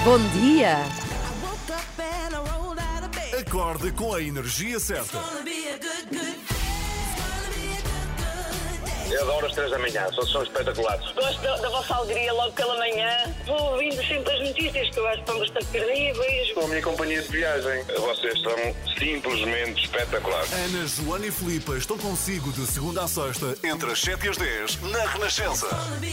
Bom dia! Acorde com a energia certa. Eu adoro as 3 da manhã, são espetaculares. Gosto da vossa alegria logo pela manhã. Vou ouvindo sempre as notícias que eu acho que estão bastante credíveis. Com a minha companhia de viagem, vocês são simplesmente espetaculares. Ana, Joana e Filipa estão consigo de segunda a sexta, entre as 7 e as 10, na Renascença.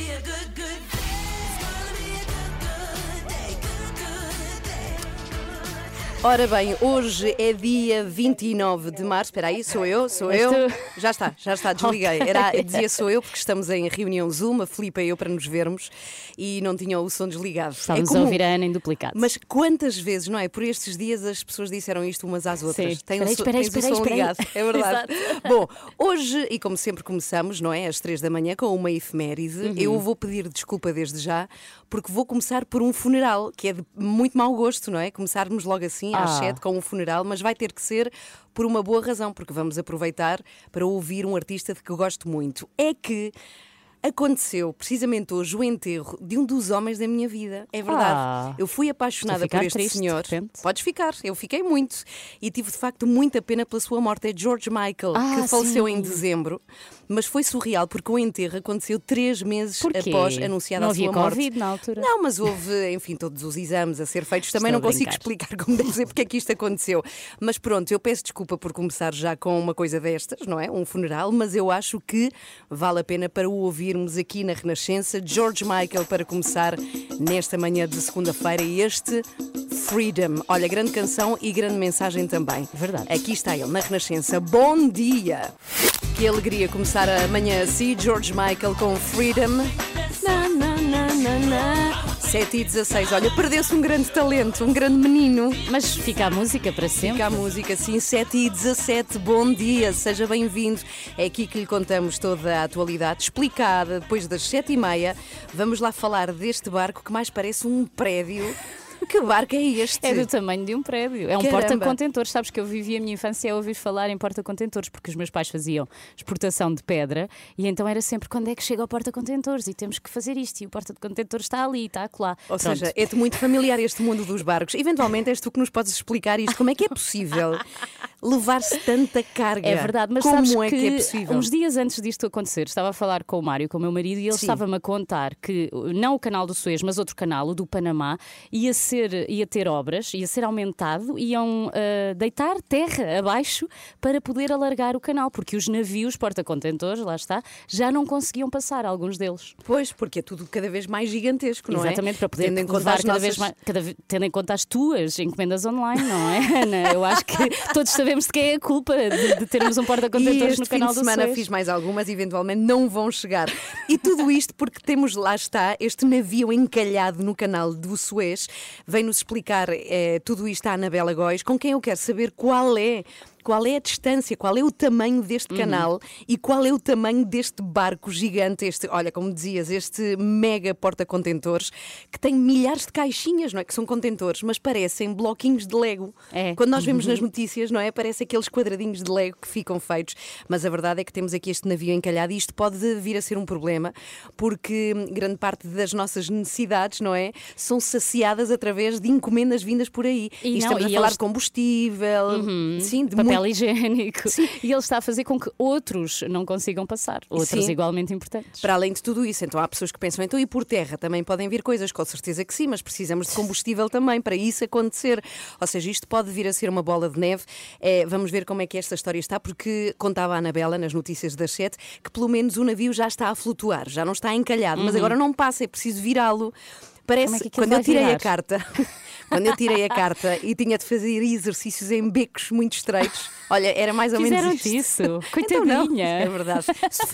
Ora bem, hoje é dia 29 de março. Espera aí, sou eu? Já está, desliguei. Dizia sou eu porque estamos em reunião Zoom, a Filipa e eu para nos vermos e não tinham o som desligado. Estávamos a ouvir a Ana em duplicado. Mas quantas vezes, não é? Por estes dias as pessoas disseram isto umas às outras. Sim. Tens o som ligado. É verdade. Bom, hoje, e como sempre começamos, não é? Às 3 da manhã com uma efeméride. Eu vou pedir desculpa desde já, porque vou começar por um funeral, que é de muito mau gosto, não é? Começarmos logo assim às 7 com um funeral, mas vai ter que ser por uma boa razão, porque vamos aproveitar para ouvir um artista de que eu gosto muito. É que aconteceu precisamente hoje o enterro de um dos homens da minha vida. É verdade. Eu fui apaixonada por este senhor. Podes ficar, eu fiquei muito. E tive de facto muita pena pela sua morte. É George Michael, que faleceu em dezembro. Mas foi surreal porque o enterro aconteceu 3 meses após anunciada a sua morte. Não havia Covid na altura? Não, mas houve, enfim, todos os exames a ser feitos. Também não consigo explicar como deve ser porque é que isto aconteceu. Mas pronto, eu peço desculpa por começar já com uma coisa destas, não é? Um funeral, mas eu acho que vale a pena para o ouvirmos aqui na Renascença. George Michael para começar nesta manhã de segunda-feira e este Freedom. Olha, grande canção e grande mensagem também. Verdade. Aqui está ele na Renascença. Bom dia! Que alegria começar a manhã assim. George Michael com Freedom. Na, na, na, na, na. 7h16. Olha, perdeu-se um grande talento, um grande menino. Mas fica a música para sempre. Fica a música, sim. 7h17. Bom dia, seja bem-vindo. É aqui que lhe contamos toda a atualidade explicada. Depois das 7h30, vamos lá falar deste barco que mais parece um prédio. Que barco é este? É do tamanho de um prédio. É um porta-contentores. Sabes que eu vivi a minha infância a ouvir falar em porta-contentores, porque os meus pais faziam exportação de pedra e então era sempre quando é que chega ao porta-contentores e temos que fazer isto. E o porta-contentores está ali, está acolá. Ou seja, é-te muito familiar este mundo dos barcos. Eventualmente és tu que nos podes explicar isto. Como é que é possível levar-se tanta carga? É verdade, mas como sabes é que é possível? Uns dias antes disto acontecer, estava a falar com o Mário, com o meu marido, e ele estava-me a contar que não o canal do Suez, mas outro canal, o do Panamá, ia ter obras, ia ser aumentado, iam deitar terra abaixo para poder alargar o canal, porque os navios porta-contentores, lá está, já não conseguiam passar, alguns deles. Pois, porque é tudo cada vez mais gigantesco, não é? Exatamente, para poder levar tendo em conta as tuas encomendas online, não é, Ana? Eu acho que todos sabemos de quem é a culpa de termos um porta-contentores no canal do Suez. Este fim de semana fiz mais algumas, eventualmente não vão chegar. E tudo isto porque temos, lá está, este navio encalhado no canal do Suez. Vem-nos explicar tudo isto à Anabela Góis, com quem eu quero saber qual é a distância, qual é o tamanho deste canal e qual é o tamanho deste barco gigante, olha, como dizias, este mega porta-contentores que tem milhares de caixinhas, não é? Que são contentores, mas parecem bloquinhos de Lego. Quando nós vemos nas notícias, não é? Parece aqueles quadradinhos de Lego que ficam feitos, mas a verdade é que temos aqui este navio encalhado e isto pode vir a ser um problema, porque grande parte das nossas necessidades, não é? São saciadas através de encomendas vindas por aí. E estamos a falar de combustível, sim, de papel higiênico. Sim. E ele está a fazer com que outros não consigam passar, outros igualmente importantes. Para além de tudo isso, então há pessoas que pensam, então e por terra também podem vir coisas? Com certeza que sim, mas precisamos de combustível também para isso acontecer. Ou seja, isto pode vir a ser uma bola de neve. Vamos ver como é que esta história está, porque contava a Anabela nas notícias das 7 que pelo menos o navio já está a flutuar, já não está encalhado, mas agora não passa, é preciso virá-lo. Parece quando eu tirei a carta. Quando eu tirei a carta e tinha de fazer exercícios em becos muito estreitos, olha, era mais ou menos isto. Isso? Coitadinha. Então, não, é verdade.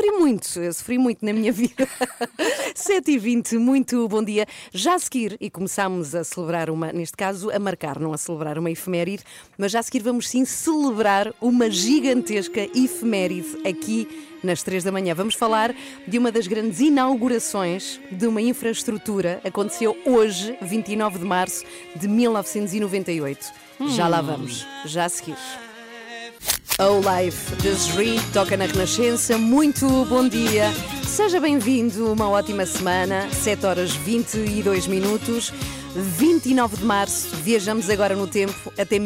Sofri muito na minha vida. 7h20, muito bom dia. Já a seguir, e começámos a celebrar neste caso, a marcar, não a celebrar uma efeméride, mas já a seguir vamos sim celebrar uma gigantesca efeméride aqui nas 3 da manhã. Vamos falar de uma das grandes inaugurações de uma infraestrutura. Aconteceu hoje, 29 de março de 1998. Já lá vamos, já a seguir. Oh Life, The Zri, toca na Renascença. Muito bom dia, seja bem-vindo, uma ótima semana. 7h22. 29 de março, viajamos agora no tempo até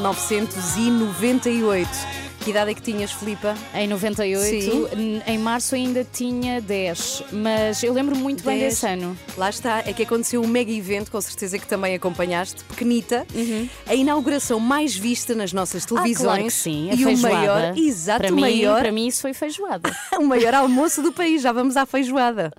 1998. Que idade é que tinhas, Filipa? Em 98, Sim. Em março ainda tinha 10, mas eu lembro muito bem 10. desse ano. Lá está, é que aconteceu um mega evento, com certeza que também acompanhaste, pequenita, a inauguração mais vista nas nossas televisões. Claro que sim, a e feijoada. o maior, exato, para o maior, para mim isso foi feijoada. o maior almoço do país. Já vamos à feijoada.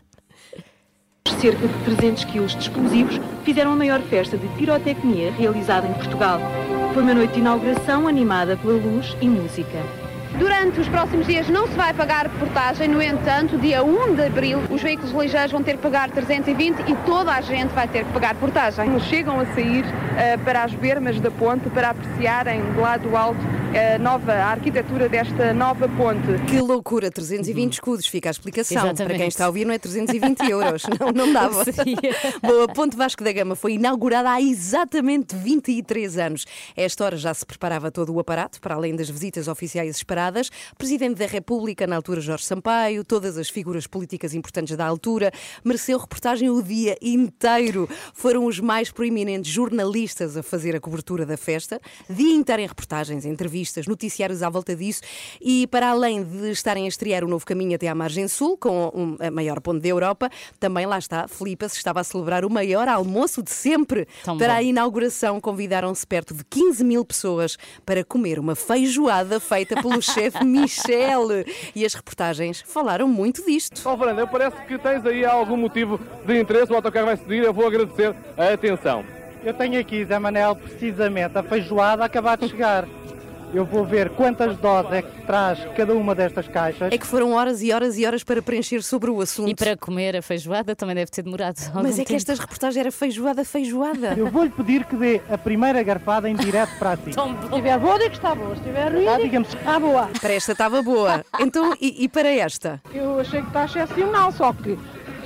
Cerca de 300 quilos de explosivos fizeram a maior festa de pirotecnia realizada em Portugal. Foi uma noite de inauguração animada pela luz e música. Durante os próximos dias não se vai pagar portagem, no entanto, dia 1 de abril, os veículos ligeiros vão ter que pagar 320 e toda a gente vai ter que pagar portagem. Chegam a sair para as bermas da ponte para apreciarem de lá do alto a arquitetura desta nova ponte. Que loucura, 320 escudos, fica a explicação. Exatamente. Para quem está a ouvir não é 320 euros, não dava. Bom, a Ponte Vasco da Gama foi inaugurada há exatamente 23 anos. A esta hora já se preparava todo o aparato, para além das visitas oficiais esperadas. Presidente da República, na altura Jorge Sampaio, todas as figuras políticas importantes da altura, mereceu reportagem o dia inteiro. Foram os mais proeminentes jornalistas a fazer a cobertura da festa, dia inteiro em reportagens, entrevistas, noticiários à volta disso, e para além de estarem a estrear o novo caminho até à margem sul, com a maior ponte da Europa, também lá está, Filipa, se estava a celebrar o maior almoço de sempre. Tão Para bom. a inauguração convidaram-se perto de 15 mil pessoas para comer uma feijoada feita pelo chefe Michel. E as reportagens falaram muito disto. Fernando, parece que tens aí algum motivo de interesse, o autocarro vai seguir, eu vou agradecer a atenção. Eu tenho aqui, Zé Manel, precisamente a feijoada a acabar de chegar. Eu vou ver quantas doses é que traz cada uma destas caixas. É que foram horas e horas e horas para preencher sobre o assunto. E para comer a feijoada também deve ter demorado algum Mas é que tempo. estas reportagens era feijoada. Eu vou-lhe pedir que dê a primeira garfada em direto para si. Tão bom. Se estiver boa, digo que está boa. Se estiver ruim, Diga-me, está boa. Para esta estava boa. Então, e para esta? Eu achei que está excepcional, só que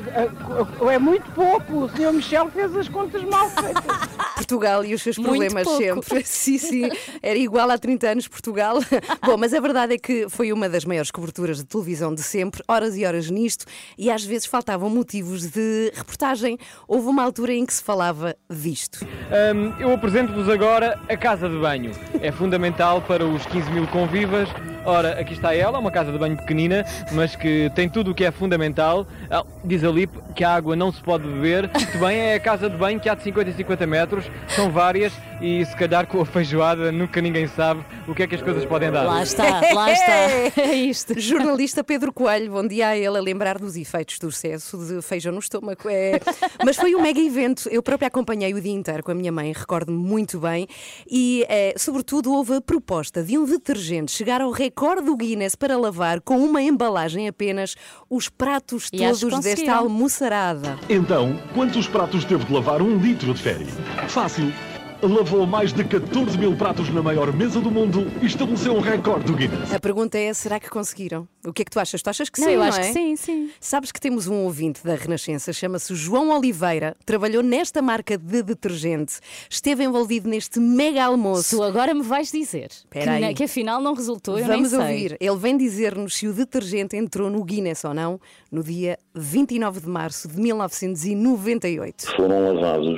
é muito pouco. O Sr. Michel fez as contas mal feitas. Portugal e os seus Muito problemas pouco. sempre. Sim, era igual há 30 anos Portugal. Bom, mas a verdade é que foi uma das maiores coberturas de televisão de sempre, horas e horas nisto, e às vezes faltavam motivos de reportagem. Houve uma altura em que se falava disto. Eu apresento-vos agora a casa de banho. É fundamental para os 15 mil convivas. Ora, aqui está ela, uma casa de banho pequenina, mas que tem tudo o que é fundamental. Diz ali que a água não se pode beber. Muito bem, é a casa de banho que há de 50 em 50 metros, são várias e se calhar com a feijoada nunca ninguém sabe o que é que as coisas podem dar. Lá está. É isto. Jornalista Pedro Coelho, bom dia a ele, a lembrar dos efeitos do excesso de feijão no estômago. Mas foi um mega evento, eu própria acompanhei o dia inteiro com a minha mãe, recordo-me muito bem, e sobretudo houve a proposta de um detergente chegar ao recorde do Guinness para lavar com uma embalagem apenas os pratos E acho que todos desta conseguiram. almoçarada. Então, quantos pratos teve de lavar 1 litro de féri? Fácil. Lavou mais de 14 mil pratos na maior mesa do mundo e estabeleceu um recorde do Guinness. A pergunta é, será que conseguiram? O que é que tu achas? Tu achas que Não, sim, eu não acho é? que sim, sim. Sabes que temos um ouvinte da Renascença, chama-se João Oliveira, trabalhou nesta marca de detergente, esteve envolvido neste mega almoço. Tu agora me vais dizer Espera aí. que afinal não resultou, eu Vamos nem sei. ouvir. Ele vem dizer-nos se o detergente entrou no Guinness ou não no dia 29 de março de 1998. Foram lavados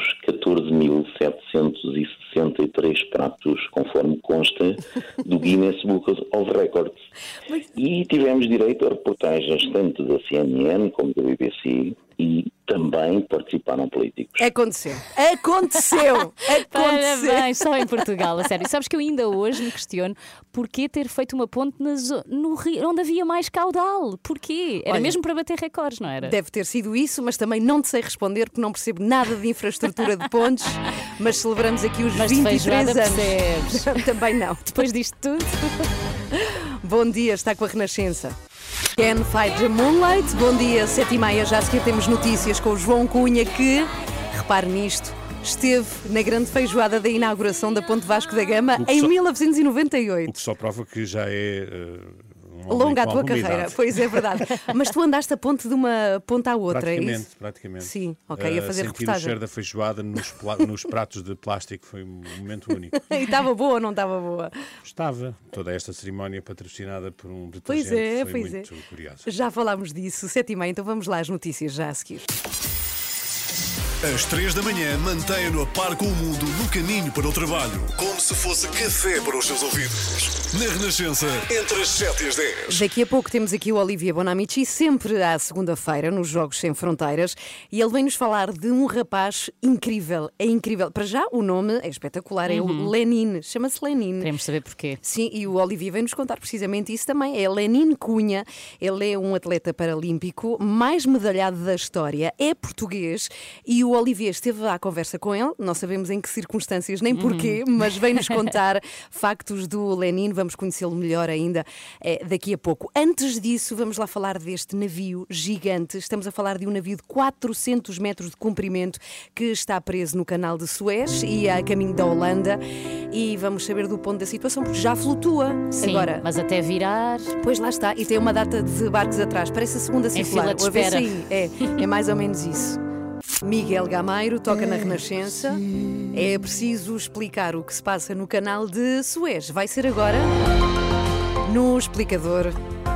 14.763 pratos, conforme consta do Guinness Book of Records. E tivemos direito a reportagens tanto da CNN como da BBC e também participaram políticos. Aconteceu. Aconteceu. Parabéns, só em Portugal, a sério. Sabes que eu ainda hoje me questiono porquê ter feito uma ponte no rio onde havia mais caudal? Porquê? Era Olha, mesmo para bater recordes, não era? Deve ter sido isso, mas também não te sei responder porque não percebo nada de infraestrutura de pontes, mas celebramos aqui os Mas de 23 feijoada anos. percebes. Também não. Depois disto tudo. Bom dia, está com a Renascença. Can Fight the Moonlight. Bom dia, 7h30. Já a seguir temos notícias com o João Cunha que, repare nisto, esteve na grande feijoada da inauguração da Ponte Vasco da Gama em 1998. O que só prova que já é longa a com tua alguma carreira, idade. pois é verdade. Mas tu andaste a ponte de uma ponta à outra, é isso? Praticamente. Sim, ok, a fazer sentir o reportagem. cheiro da feijoada nos pratos de plástico foi um momento único. E estava boa ou não estava boa? Estava toda esta cerimónia patrocinada por um Pois detergente, é, foi pois muito é. curioso. Já falámos disso, 7h30, então vamos lá às notícias já a seguir. Às 3 da manhã, mantenha-no a par com o mundo no caminho para o trabalho. Como se fosse café para os seus ouvidos. Na Renascença, entre as 7 e as 10. Daqui a pouco temos aqui o Olivia Bonamici, sempre à segunda-feira, nos Jogos Sem Fronteiras, e ele vem-nos falar de um rapaz incrível. É incrível. Para já, o nome é espetacular, é o Lenin. Chama-se Lenin. Queremos saber porquê. Sim, e o Olivia vem-nos contar precisamente isso também. É Lenin Cunha, ele é um atleta paralímpico, mais medalhado da história, é português, e o Olivia esteve à conversa com ele, não sabemos em que circunstâncias nem porquê, mas vem-nos contar factos do Lenin, vamos conhecê-lo melhor ainda daqui a pouco. Antes disso, vamos lá falar deste navio gigante, estamos a falar de um navio de 400 metros de comprimento que está preso no canal de Suez e a caminho da Holanda, e vamos saber do ponto da situação, porque já flutua. Sim, agora, mas até virar... Pois lá está, e tem uma data de barcos atrás, parece a segunda circular. Fila de espera. É mais ou menos isso. Miguel Gameiro toca na Renascença. É preciso explicar o que se passa no canal de Suez. Vai ser agora no Explicador.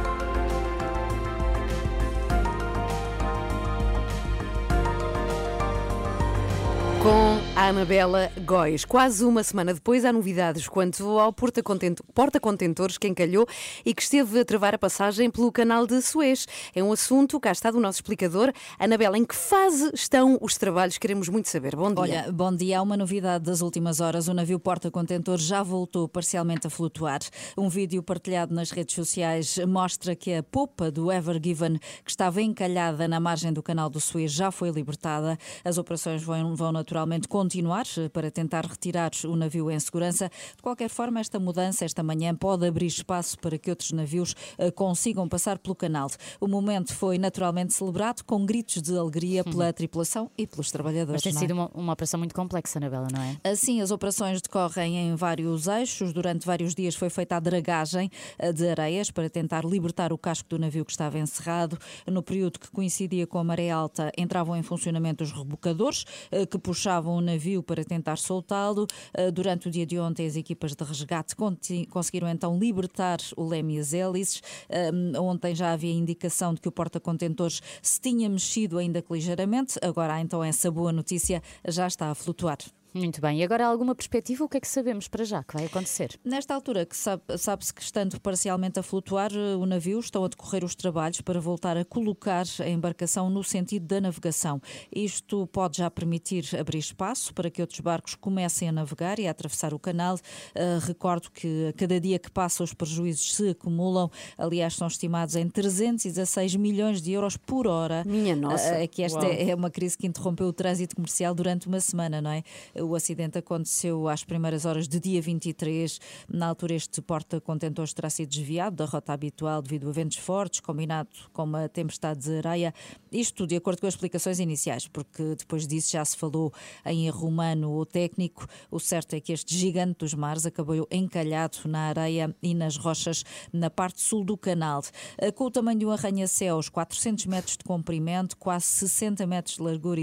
Com a Anabela Góis. Quase uma semana depois há novidades quanto ao porta-contentores que encalhou e que esteve a travar a passagem pelo canal de Suez. É um assunto, cá está, do nosso explicador. Anabela, em que fase estão os trabalhos? Queremos muito saber. Bom dia. Olha, bom dia. Há uma novidade das últimas horas. O navio porta-contentores já voltou parcialmente a flutuar. Um vídeo partilhado nas redes sociais mostra que a popa do Ever Given, que estava encalhada na margem do canal do Suez, já foi libertada. As operações vão naturalmente continuar para tentar retirar o navio em segurança. De qualquer forma, esta mudança, esta manhã, pode abrir espaço para que outros navios consigam passar pelo canal. O momento foi naturalmente celebrado com gritos de alegria pela tripulação e pelos trabalhadores. Mas tem sido uma operação muito complexa, Anabela, não é? Assim, as operações decorrem em vários eixos. Durante vários dias foi feita a dragagem de areias para tentar libertar o casco do navio que estava encerrado. No período que coincidia com a maré alta, entravam em funcionamento os rebocadores que puxavam o navio para tentar soltá-lo. Durante o dia de ontem, as equipas de resgate conseguiram então libertar o leme e as hélices. Ontem já havia indicação de que o porta-contentores se tinha mexido ainda que ligeiramente. Agora há então essa boa notícia, já está a flutuar. Muito bem. E agora há alguma perspectiva? O que é que sabemos para já que vai acontecer? Nesta altura, que sabe-se que estando parcialmente a flutuar o navio, estão a decorrer os trabalhos para voltar a colocar a embarcação no sentido da navegação. Isto pode já permitir abrir espaço para que outros barcos comecem a navegar e a atravessar o canal. Recordo que a cada dia que passa os prejuízos se acumulam. Aliás, são estimados em 316 milhões de euros por hora. Minha nossa! É que esta é uma crise que interrompeu o trânsito comercial durante uma semana, não é? O acidente aconteceu às primeiras horas de dia 23. Na altura, este porta-contentores terá sido desviado da rota habitual devido a ventos fortes, combinado com uma tempestade de areia. Isto de acordo com as explicações iniciais, porque depois disso já se falou em erro humano ou técnico. O certo é que este gigante dos mares acabou encalhado na areia e nas rochas na parte sul do canal. Com o tamanho de um arranha-céus, 400 metros de comprimento, quase 60 metros de largura e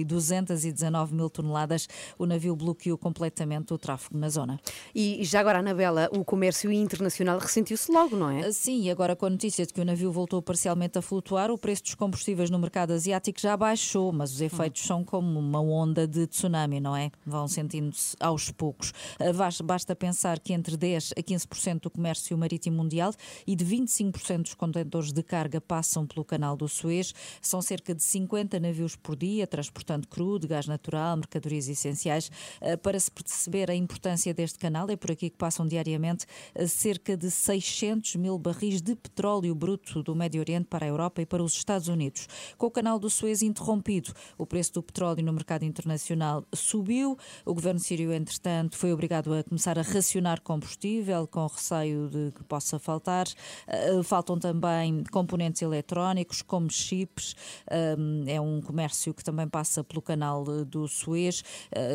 219 mil toneladas, o navio bloqueou completamente o tráfego na zona. E já agora, Anabela, o comércio internacional ressentiu-se logo, não é? Sim, e agora com a notícia de que o navio voltou parcialmente a flutuar, o preço dos combustíveis no mercado asiático já baixou, mas os efeitos são como uma onda de tsunami, não é? Vão sentindo-se aos poucos. Basta pensar que entre 10% a 15% do comércio marítimo mundial e de 25% dos contentores de carga passam pelo canal do Suez. São cerca de 50 navios por dia, transportando crudo, gás natural, mercadorias essenciais. Para se perceber a importância deste canal, é por aqui que passam diariamente cerca de 600 mil barris de petróleo bruto do Médio Oriente para a Europa e para os Estados Unidos. Com o canal do Suez interrompido, o preço do petróleo no mercado internacional subiu. O governo sírio, entretanto, foi obrigado a começar a racionar combustível, com receio de que possa faltar. Faltam também componentes eletrónicos, como chips. É um comércio que também passa pelo canal do Suez, o que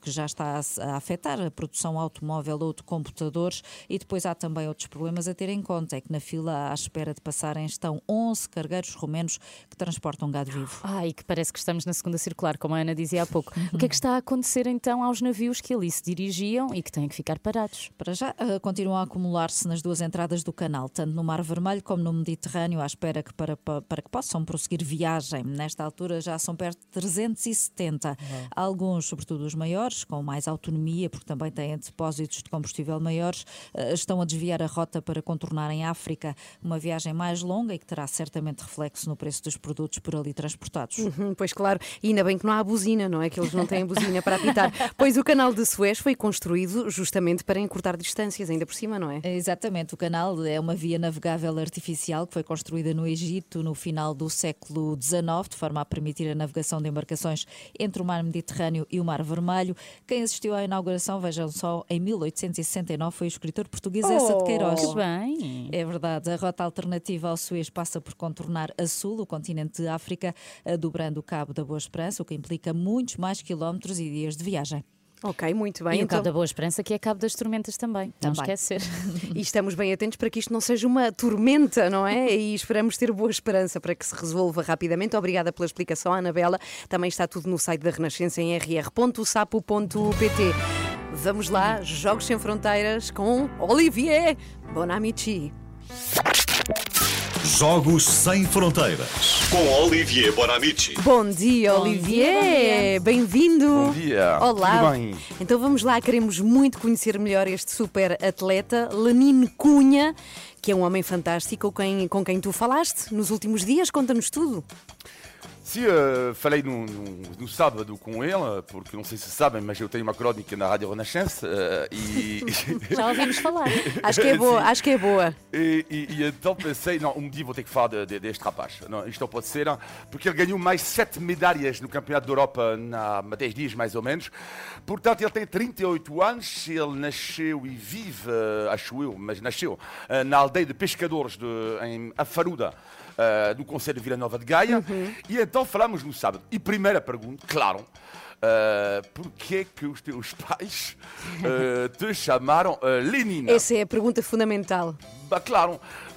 que já está a afetar a produção automóvel ou de computadores. E depois há também outros problemas a ter em conta, é que na fila à espera de passarem estão 11 cargueiros romenos que transportam gado vivo. E que parece que estamos na segunda circular, como a Ana dizia há pouco. O que é que está a acontecer então aos navios que ali se dirigiam e que têm que ficar parados? Para já, continuam a acumular-se nas duas entradas do canal, tanto no Mar Vermelho como no Mediterrâneo, à espera que para que possam prosseguir viagem. Nesta altura já são perto de 370. Alguns, sobretudo os maiores, com mais autonomia, porque também têm depósitos de combustível maiores, estão a desviar a rota para contornarem a África. Uma viagem mais longa e que terá certamente reflexo no preço dos produtos por ali transportados. Pois claro, e ainda bem que não há buzina, não é? Que eles não têm buzina para apitar. Pois o canal de Suez foi construído justamente para encurtar distâncias, ainda por cima, não é? Exatamente, o canal é uma via navegável artificial que foi construída no Egito no final do século XIX, de forma a permitir a navegação de embarcações entre o Mar Mediterrâneo e o Mar Vermelho. Quem assistiu à inauguração, vejam só, em 1869 foi o escritor português Eça de Queiroz. Que bem! É verdade, a rota alternativa ao Suez passa por contornar a sul, o continente de África, dobrando o Cabo da Boa Esperança, o que implica muitos mais quilómetros e dias de viagem. Ok, muito bem. E o Cabo da Boa Esperança, que é Cabo das Tormentas também. Não esquecer. E estamos bem atentos para que isto não seja uma tormenta, não é? E esperamos ter boa esperança para que se resolva rapidamente. Obrigada pela explicação, Anabela. Também está tudo no site da Renascença em rr.sapo.pt. Vamos lá, Jogos Sem Fronteiras com Olivier Bonamici. Jogos Sem Fronteiras com Olivier Bonamici. Bom dia, Olivier. Bem-vindo. Bom dia. Olá. Tudo bem? Então vamos lá, queremos muito conhecer melhor este super atleta, Lenine Cunha, que é um homem fantástico com quem tu falaste nos últimos dias. Conta-nos tudo. Sim, falei no sábado com ele, porque não sei se sabem, mas eu tenho uma crónica na Rádio Renascença e... Já ouvimos falar. Acho que é boa, acho que é boa. E então pensei, não, um dia vou ter que falar deste rapaz. Não, isto não pode ser, porque ele ganhou mais 7 medalhas no Campeonato da Europa há 10 dias, mais ou menos. Portanto, ele tem 38 anos, ele nasceu e vive, acho eu, mas nasceu na aldeia de pescadores em Afaruda, no Conselho de Vila Nova de Gaia. E então falamos no sábado. E primeira pergunta, claro, porquê que os teus pais te chamaram Lenina? Essa é a pergunta fundamental. Claro,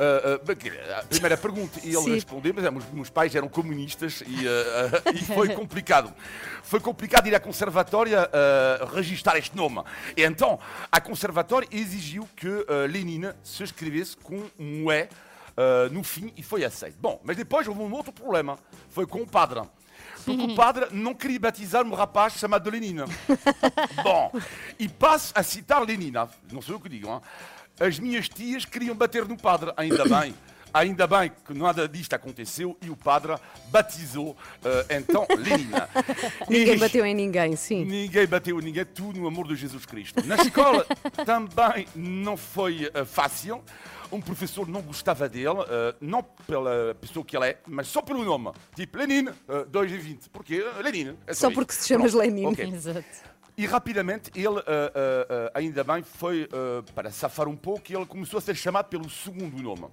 a primeira pergunta, e ele respondeu, mas meus pais eram comunistas e foi complicado. Foi complicado ir à conservatória registrar este nome. E então, a conservatória exigiu que Lenina se escrevesse com um E no fim, e foi aceito. Bom, mas depois houve um outro problema. Foi com o padre. Porque o padre não queria batizar um rapaz chamado Lenina. Bom, e passo a citar Lenina. Não sou eu que digo, hein? As minhas tias queriam bater no padre, ainda bem. Ainda bem que nada disto aconteceu e o padre batizou então Lenina. Ninguém bateu em ninguém, sim. Ninguém bateu em ninguém, tudo no amor de Jesus Cristo. Na escola também não foi fácil. Um professor não gostava dele, não pela pessoa que ele é, mas só pelo nome. Tipo Lenine, 2,20. Porquê? Lenine. Só porque se chamas Lenine. Okay. Exato. E rapidamente ele, ainda bem, foi para safar um pouco e ele começou a ser chamado pelo segundo nome.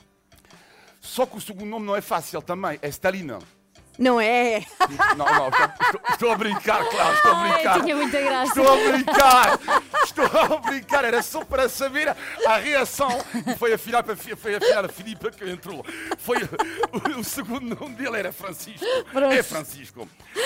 Só que o segundo nome não é fácil também, é Stalin. Não é? Não, estou a brincar, claro, estou a brincar. Tinha muita graça. Estou a brincar, era só para saber a reação. E foi afinal a Filipe que entrou. O segundo nome dele era Francisco. Pronto. É Francisco.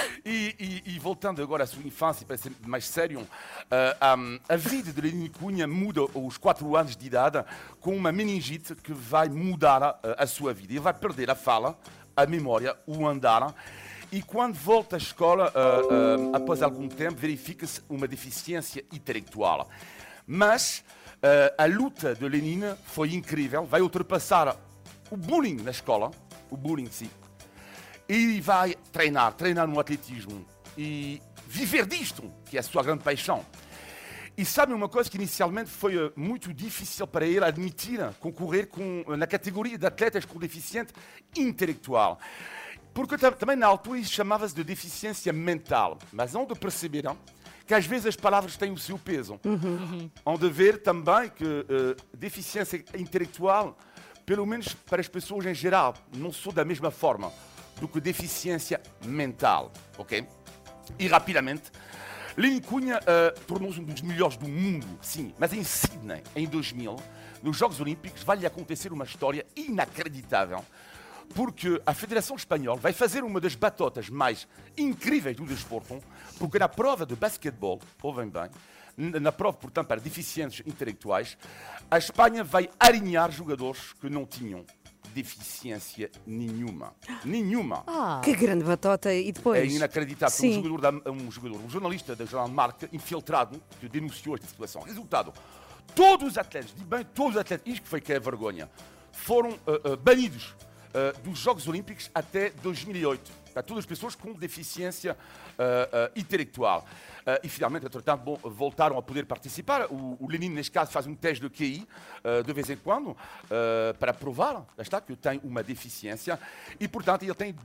E voltando agora à sua infância, para ser mais sério, a vida de Lenine Cunha muda aos 4 anos de idade com uma meningite que vai mudar a sua vida. Ele vai perder a fala, a memória, o andar, e quando volta à escola, após algum tempo, verifica-se uma deficiência intelectual. Mas a luta de Lenine foi incrível, vai ultrapassar o bullying na escola, o bullying, sim, e vai treinar no atletismo e viver disto, que é a sua grande paixão. E sabe uma coisa que inicialmente foi muito difícil para ele admitir, concorrer na categoria de atletas com deficiência intelectual. Porque também na altura isso chamava-se de deficiência mental. Mas onde perceberam que às vezes as palavras têm o seu peso. Onde ver também que deficiência intelectual, pelo menos para as pessoas em geral, não sou da mesma forma do que deficiência mental. Ok? E rapidamente Lenine Cunha tornou-se um dos melhores do mundo, sim, mas em Sydney, em 2000, nos Jogos Olímpicos, vai-lhe acontecer uma história inacreditável, porque a Federação Espanhola vai fazer uma das batotas mais incríveis do desporto, porque na prova de basquetebol, ouvem bem, na prova, portanto, para deficientes intelectuais, a Espanha vai alinhar jogadores que não tinham deficiência nenhuma. Nenhuma. Que grande batota. E depois? É inacreditável. Um jornalista da jornal Marca, infiltrado, que denunciou esta situação. Resultado, todos os atletas, isto foi que é vergonha, foram banidos dos Jogos Olímpicos até 2008. Para todas as pessoas com deficiência intelectual. E finalmente, entretanto, voltaram a poder participar. O Lenine, neste caso, faz um teste de QI de vez em quando para provar que tem uma deficiência. E, portanto, ele tem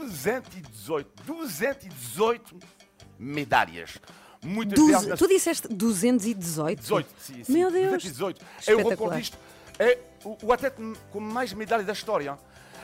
218 medalhas. Tu disseste 218? 18, sim. Meu Deus! 218. É o recordista. É o atleta com mais medalhas da história.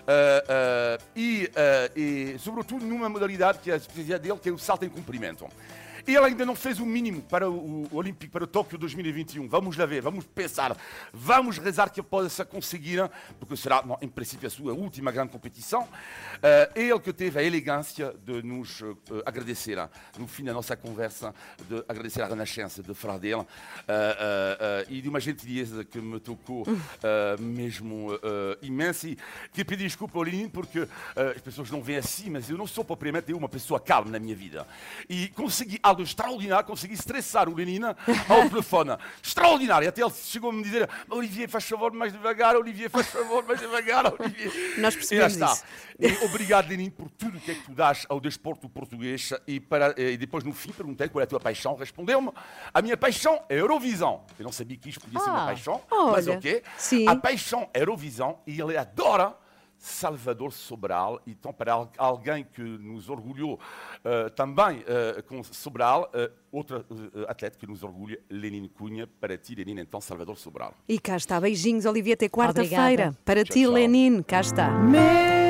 E, sobretudo, numa modalidade que é a especialidade dele, que é o salto em comprimento. E ele ainda não fez o mínimo para o Olímpico, para o Tóquio 2021. Vamos lá ver, vamos pensar, vamos rezar que ele possa conseguir, porque será, em princípio, a sua última grande competição. Ele que teve a elegância de nos agradecer, no fim da nossa conversa, de agradecer a Renascença, de falar dele, e de uma gentileza que me tocou mesmo imensa, e que pedi desculpa ao Lenine, porque as pessoas não veem assim, mas eu não sou propriamente uma pessoa calma na minha vida. E consegui algo extraordinário, consegui estressar o Lenine ao telefone. Extraordinário. Até ele chegou a me dizer: Olivier, faz favor, mais devagar, Olivier, faz favor, mais devagar, Olivier. Nós percebemos isso. E obrigado, Lenine, por tudo o que é que tu dás ao desporto português. E depois, no fim, perguntei qual é a tua paixão. Respondeu-me: a minha paixão é Eurovisão. Eu não sabia que isto podia ser uma paixão, mas ok. Sim. A paixão é Eurovisão e ele adora Salvador Sobral. Então, para alguém que nos orgulhou também com Sobral, outra atleta que nos orgulha, Lenine Cunha. Para ti, Lenine, então, Salvador Sobral. E cá está. Beijinhos, Olivia, até quarta-feira. Para Tchau, ti, tchau. Lenine, cá está. Meu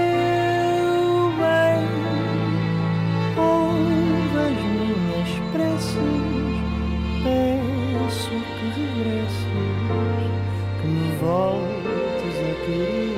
bem, ouve as minhas preces, peço que regresses, que me voltes a querer.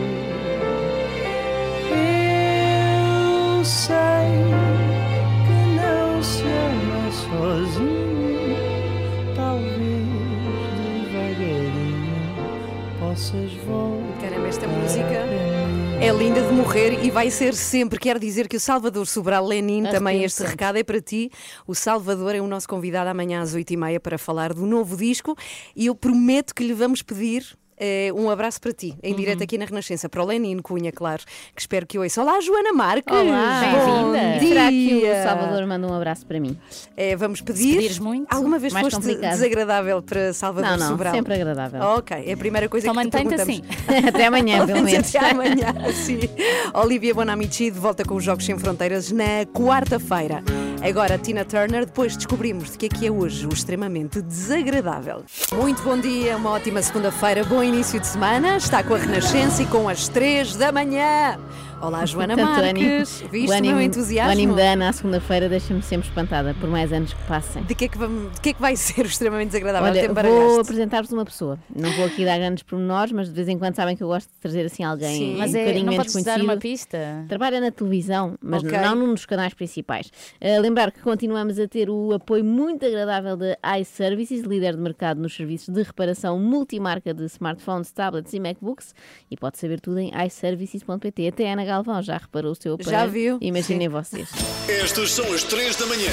Eu sei que não se ama sozinho, talvez devagarinho possas voltar. Caramba, esta música é linda de morrer e vai ser sempre. Quer dizer que o Salvador Sobral, Lenine, também este recado é para ti. O Salvador é o nosso convidado amanhã às 8h30 para falar do novo disco e eu prometo que lhe vamos pedir um abraço para ti, em direto aqui na Renascença, para o Lenine Cunha, claro, que espero que ouça. Olá, Joana Marques! Olá, bem-vinda! Será que o Salvador manda um abraço para mim? Vamos pedir. Muito, alguma vez mais foste complicado. Desagradável para Salvador não, Sobral? Sempre agradável. Ok, é a primeira coisa Só que te perguntamos. assim. Até amanhã, pelo menos. Até amanhã, sim. Olivia Bonamici de volta com os Jogos Sem Fronteiras na quarta-feira. Agora, Tina Turner, depois descobrimos de que é hoje o extremamente desagradável. Muito bom dia, uma ótima segunda-feira, bom início de semana. Está com a Renascença e com as 3 da manhã. Olá, Joana Marques. Viste o meu entusiasmo? O ânimo da Ana à segunda-feira deixa-me sempre espantada, por mais anos que passem. De que é que vai ser o extremamente desagradável? Olha, vou apresentar-vos uma pessoa. Não vou aqui dar grandes pormenores, mas de vez em quando sabem que eu gosto de trazer assim alguém mas um bocadinho não menos podes conhecido. dar uma pista? Trabalha na televisão, mas Ok. não num dos canais principais. Lembrar que continuamos a ter o apoio muito agradável da iServices, líder de mercado nos serviços de reparação multimarca de smartphones, tablets e MacBooks, e pode saber tudo em iServices.pt. Até Ana Galvão já reparou o seu aparelho. Já viu? Imaginem vocês. Estas são as 3 da manhã.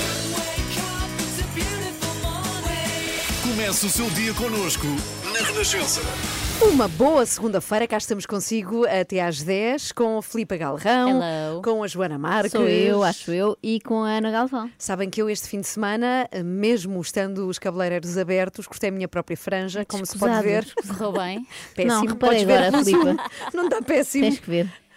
Comece o seu dia connosco na Renascença. Uma boa segunda-feira, cá estamos consigo até às 10 com a Filipa Galrão, Hello. com a Joana Marques. Sou eu, acho eu, e com a Ana Galvão. Sabem que eu este fim de semana, mesmo estando os cabeleireiros abertos, cortei a minha própria franja, como se pode ver. Correu bem? Péssimo. Não, reparei Podes ver, agora, Filipa. Não está péssimo. Tens que ver.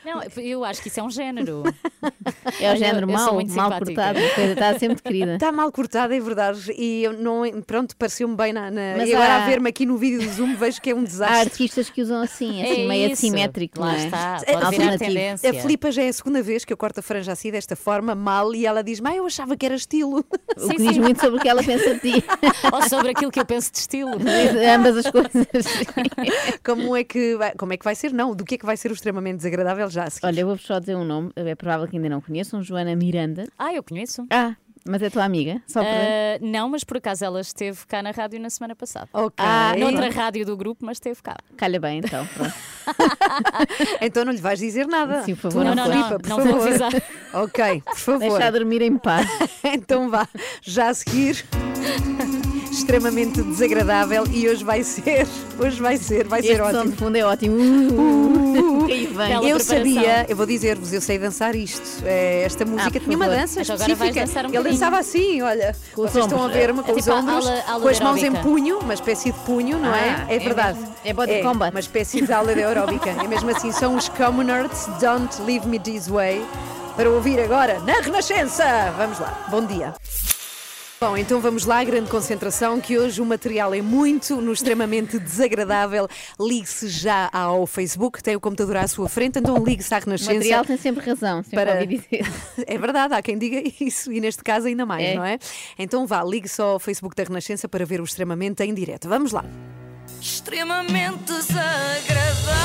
Não, eu acho que isso é um género. É o género Eu sou mal muito simpática. cortado, a coisa está sempre querida. Está mal cortada, é verdade. E eu não, pronto, pareceu-me bem Mas e agora há- a ver-me aqui no vídeo do Zoom vejo que é um Há desastre. artistas que usam assim É meio isso. assimétrico, Lá não é? está, A pode virar Alternativo. tendência. A Filipa já é a segunda vez que eu corto a franja assim, desta forma, mal, e ela diz-me, eu achava que era estilo. O que diz muito sobre o que ela pensa de ti. Ou sobre aquilo que eu penso de estilo. Ambas as coisas. Como é que vai ser? Não, do que é que vai ser o extremamente desagradável já a seguir? Olha, eu vou só dizer um nome, é provável que ainda não conheçam, Joana Miranda. Ah, eu conheço. Ah, mas é tua amiga? Só para... Não, mas por acaso ela esteve cá na rádio na semana passada. Ok. Noutra rádio do grupo, mas esteve cá. Calha bem, então, pronto. Então não lhe vais dizer nada. Sim, por favor, Tu, não Filipa, foi. por Não favor. vou avisar. Ok, por favor. Deixa dormir em paz. Então vá, já a seguir. Extremamente desagradável e hoje vai ser Este som ótimo. de fundo é ótimo. Aí vem. Bela Eu preparação. sabia, eu vou dizer-vos, eu sei dançar isto. Esta música por tinha uma favor. dança Mas agora vais específica. dançar um Ele bocadinho. dançava assim, olha. Com os Vocês estão a ombros. ver-me com É os tipo a ombros, ala com as mãos em aeróbica. punho, uma espécie de punho, não é? É verdade. mesmo. É body combat. Uma espécie de aula de aeróbica. É mesmo assim, são os Commonards, Don't Leave Me This Way, para ouvir agora na Renascença. Vamos lá, bom dia. Bom, então vamos lá, grande concentração, que hoje o material é muito, no extremamente desagradável. Ligue-se já ao Facebook, tem o computador à sua frente, então ligue-se à O Renascença. material tem sempre razão, sempre ouvi dizer. É verdade, há quem diga isso, e neste caso ainda mais, É. não é? Então vá, ligue-se ao Facebook da Renascença para ver o extremamente em direto. Vamos lá. Extremamente desagradável.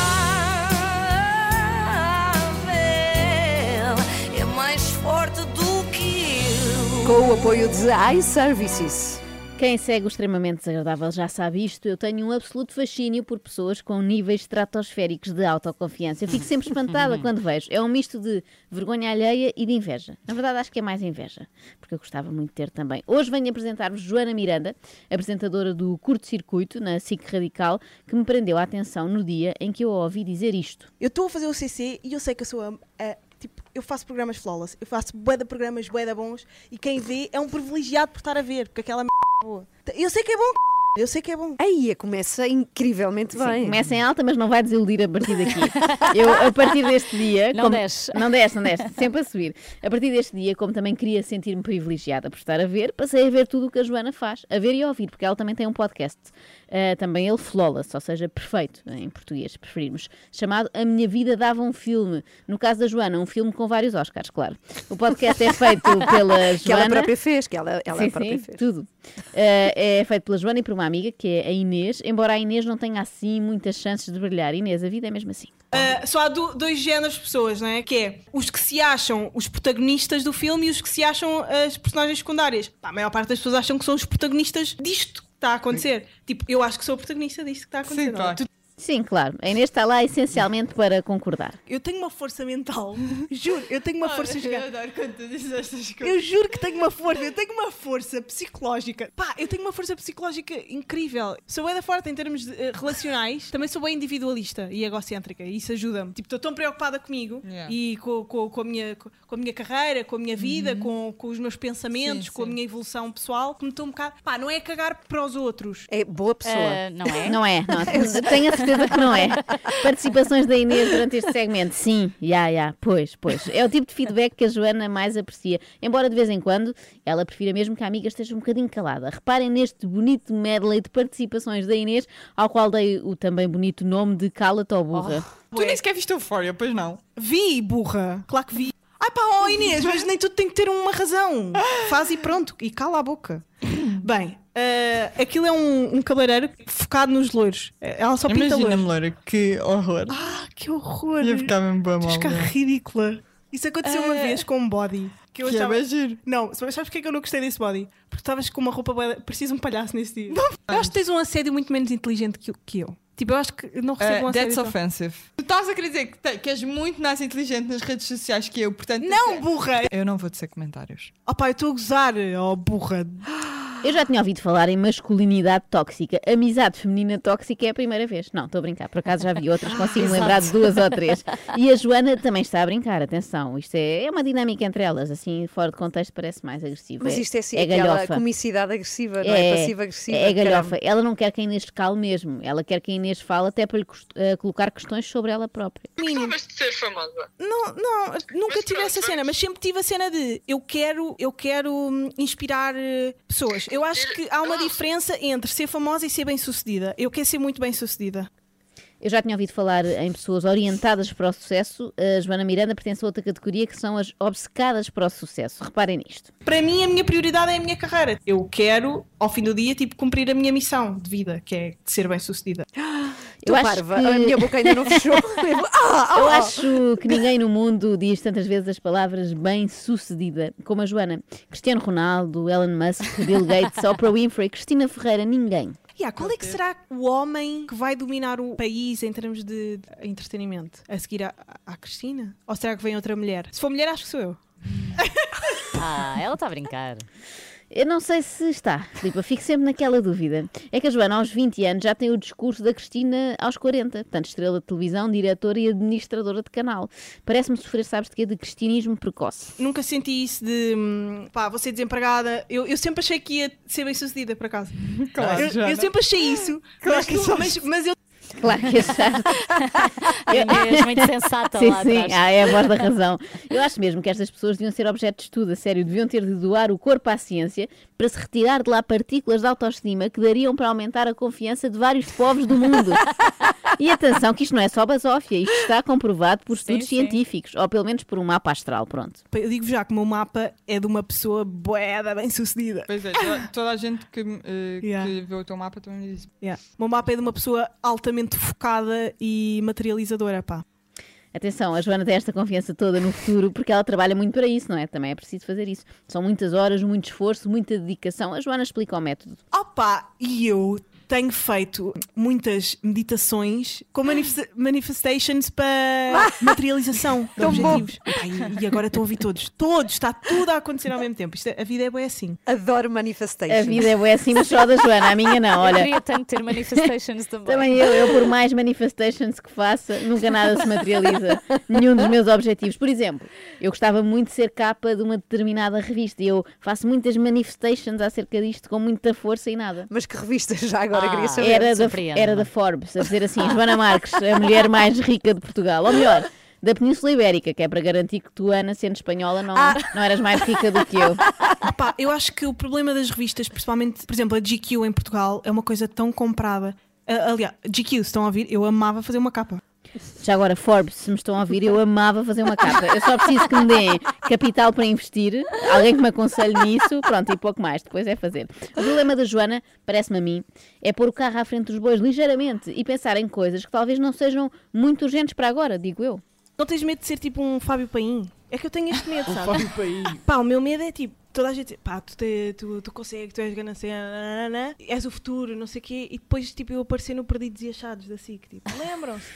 É mais forte do que eu. Com o apoio de iServices. Quem segue o extremamente desagradável já sabe isto. Eu tenho um absoluto fascínio por pessoas com níveis estratosféricos de autoconfiança. Eu fico sempre espantada quando vejo. É um misto de vergonha alheia e de inveja. Na verdade, acho que é mais inveja, porque eu gostava muito de ter também. Hoje venho apresentar-vos Joana Miranda, apresentadora do Curto Circuito, na SIC Radical, que me prendeu a atenção no dia em que eu a ouvi dizer isto. Eu estou a fazer o CC e eu sei que eu sou tipo, eu faço programas flawless, eu faço bué de programas bué de bons e quem vê é um privilegiado por estar a ver, porque aquela é boa. Eu sei que é bom, eu sei que é bom. Aí começa incrivelmente Sim, bem. começa em alta, mas não vai desiludir a partir daqui. Eu, a partir deste dia... Não desce. Não desce, sempre a subir. A partir deste dia, como também queria sentir-me privilegiada por estar a ver, passei a ver tudo o que a Joana faz, a ver e a ouvir, porque ela também tem um podcast, também ele flawless, ou seja, perfeito, em português, se preferirmos, chamado A Minha Vida Dava um Filme. No caso da Joana, um filme com vários Oscars, claro. O podcast é feito pela Joana... Que ela própria fez, que ela sim, própria sim, fez. tudo. É feito pela Joana e por uma amiga, que é a Inês, embora a Inês não tenha assim muitas chances de brilhar. Inês, a vida é mesmo assim. Só há dois géneros de pessoas, não é? Que é os que se acham os protagonistas do filme e os que se acham as personagens secundárias. Pá, a maior parte das pessoas acham que são os protagonistas disto que está a acontecer. Tipo, eu acho que sou o protagonista disto que está a acontecer. Sim, não é? claro. Sim, claro. A Inês está lá essencialmente para concordar. Eu tenho uma força mental. Juro, eu tenho uma força Eu adoro quando tu dizes estas coisas. Eu juro que tenho uma força, eu tenho uma força psicológica. Pá, eu tenho uma força psicológica incrível. Sou bem da forte em termos relacionais, também sou bem individualista e egocêntrica, e isso ajuda-me. Tipo, estou tão preocupada comigo e com a minha carreira, com a minha vida, com os meus pensamentos, com a minha evolução pessoal, que me estou um bocado. Pá, não é cagar para os outros. É boa pessoa. Não é? Não é, não é. Tenho a certeza que não é. Participações da Inês durante este segmento, sim, pois. É o tipo de feedback que a Joana mais aprecia. Embora de vez em quando ela prefira mesmo que a amiga esteja um bocadinho calada. Reparem neste bonito medley de participações da Inês, ao qual dei o também bonito nome de Cala-te ó burra. Tu nem sequer viste Euphoria, pois não? Vi, burra. Claro que vi. Ai pá, ó Inês, mas nem tudo tem que ter uma razão. Faz e pronto, e cala a boca. Bem, aquilo é um cabeleireiro focado nos loiros. Ela só pinta Imagina-me, loiros. Loura, que horror. Que horror. Ia ficar mesmo bem mal. Ia ficar Loura. ridícula. Isso aconteceu uma vez com um body. Que eu Que é achava... bem giro. Não, sabes porque é que eu não gostei desse body? Porque estavas com uma roupa bué... Parecia um palhaço nesse dia. Eu acho que tens um assédio muito menos inteligente que eu. Tipo, eu acho que não recebo um assédio. That's offensive. Tu estás a querer dizer que és muito mais inteligente nas redes sociais que eu, portanto... Não, burra! Eu não vou dizer comentários. Oh pá, eu estou a gozar, oh burra. Eu já tinha ouvido falar em masculinidade tóxica. Amizade feminina tóxica é a primeira vez. Não, estou a brincar. Por acaso já vi outras, consigo lembrar de 2 ou 3. E a Joana também está a brincar. Atenção, isto é uma dinâmica entre elas. Assim, fora de contexto, parece mais agressivo. Mas isto é assim, galhofa. aquela comicidade agressiva, não é? Passiva-agressiva. É galhofa. Ela não quer que a Inês cale mesmo. Ela quer que a Inês fale até para lhe colocar questões sobre ela própria. Gostavas de ser famosa? Não, nunca tive essa cena, mas sempre tive a cena de eu quero inspirar pessoas. Eu acho que há uma diferença entre ser famosa e ser bem-sucedida. Eu quero ser muito bem-sucedida. Eu já tinha ouvido falar em pessoas orientadas para o sucesso. A Joana Miranda pertence a outra categoria, que são as obcecadas para o sucesso. Reparem nisto. Para mim, a minha prioridade é a minha carreira. Eu quero, ao fim do dia, cumprir a minha missão de vida, que é de ser bem-sucedida. Eu acho que... A minha boca ainda não fechou. Eu acho que ninguém no mundo diz tantas vezes as palavras bem-sucedida como a Joana. Cristiano Ronaldo, Elon Musk, Bill Gates, Oprah Winfrey, Cristina Ferreira, ninguém. Qual é que será o homem que vai dominar o país em termos de entretenimento? A seguir à Cristina? Ou será que vem outra mulher? Se for mulher, acho que sou eu. Ela está a brincar. Eu não sei se está, Filipa, fico sempre naquela dúvida. É que a Joana, aos 20 anos, já tem o discurso da Cristina aos 40. Portanto, estrela de televisão, diretora e administradora de canal. Parece-me sofrer, sabes de quê? De cristianismo precoce. Nunca senti isso de, vou ser desempregada. Eu sempre achei que ia ser bem-sucedida, por acaso. Claro, eu sempre achei isso. Claro mas eu... Claro que achaste. És muito sensata sim, lá sim, atrás. é a voz da razão. Eu acho mesmo que estas pessoas deviam ser objeto de estudo, a sério, deviam ter de doar o corpo à ciência para se retirar de lá partículas de autoestima que dariam para aumentar a confiança de vários povos do mundo. E atenção que isto não é só basófia, isto está comprovado por estudos científicos, ou pelo menos por um mapa astral, pronto. Eu digo já que o meu mapa é de uma pessoa boeda bem-sucedida. Pois é, toda a gente que vê o teu mapa também me diz. O meu mapa é de uma pessoa altamente focada e materializadora, pá. Atenção, a Joana tem esta confiança toda no futuro porque ela trabalha muito para isso, não é? Também é preciso fazer isso. São muitas horas, muito esforço, muita dedicação. A Joana explica o método. E eu tenho feito muitas meditações com manifestations para materialização de objetivos. E agora estou a ouvir todos. Está tudo a acontecer ao mesmo tempo. A vida é bué assim. Adoro manifestations. A vida é bué assim, mas só da Joana, a minha não. Olha, eu queria tanto ter manifestations também. Também eu por mais manifestations que faça, nunca nada se materializa. Nenhum dos meus objetivos. Por exemplo, eu gostava muito de ser capa de uma determinada revista e eu faço muitas manifestations acerca disto com muita força e nada. Mas que revista já agora? Queria saber. Era da Forbes, a dizer assim, Joana Marques, a mulher mais rica de Portugal. Ou melhor, da Península Ibérica, que é para garantir que tu, Ana, sendo espanhola, não eras mais rica do que eu. Eu acho que o problema das revistas, principalmente, por exemplo, a GQ em Portugal, é uma coisa tão comprada. Aliás, GQ, se estão a ouvir, eu amava fazer uma capa. Já agora, Forbes, se me estão a ouvir, eu amava fazer uma capa. Eu só preciso que me deem capital para investir, alguém que me aconselhe nisso, pronto, e pouco mais, depois é fazer. O problema da Joana, parece-me a mim, é pôr o carro à frente dos bois ligeiramente e pensar em coisas que talvez não sejam muito urgentes para agora, digo eu. Não tens medo de ser tipo um Fábio Paim? É que eu tenho este medo, sabe? Fábio Paim. O meu medo é tipo, toda a gente, tu consegues, tu és ganancia, és o futuro, não sei o quê, e depois eu aparecer no Perdidos e Achados da SIC, lembram-se?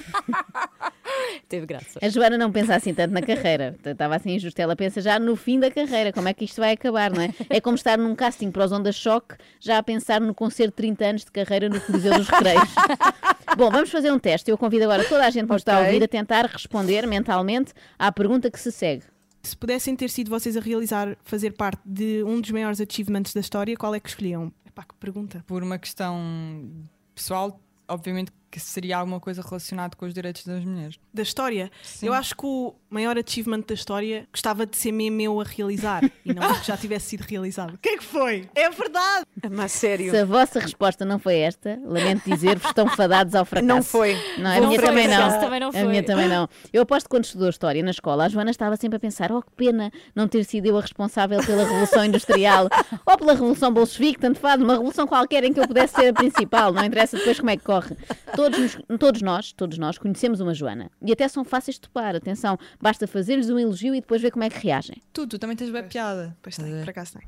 Teve graça. A Joana não pensa assim tanto na carreira, estava assim injusta, ela pensa já no fim da carreira, como é que isto vai acabar, não é? É como estar num casting para os Ondas Choque, já a pensar no concerto de 30 anos de carreira no Coliseu dos Recreios. Bom, vamos fazer um teste, eu convido agora toda a gente que nos está a ouvir a tentar responder mentalmente à pergunta que se segue. Se pudessem ter sido vocês a fazer parte de um dos maiores achievements da história, qual é que escolhiam? Que pergunta. Por uma questão pessoal, obviamente que seria alguma coisa relacionada com os direitos das mulheres. Da história? Sim. Eu acho que o maior achievement da história gostava de ser mesmo eu a realizar e não que já tivesse sido realizado. O que é que foi? É verdade! Mas sério. Se a vossa resposta não foi esta, lamento dizer-vos, estão fadados ao fracasso. Não foi. Não, a minha também não. Também não foi. A minha também não. Eu aposto que quando estudou História na escola, a Joana estava sempre a pensar, que pena não ter sido eu a responsável pela Revolução Industrial ou pela Revolução Bolchevique, tanto faz, uma revolução qualquer em que eu pudesse ser a principal, não interessa depois como é que corre. Todos nós conhecemos uma Joana e até são fáceis de topar, atenção, basta fazer-lhes um elogio e depois ver como é que reagem. Tu também tens bem piada. Pois tem, por acaso tem.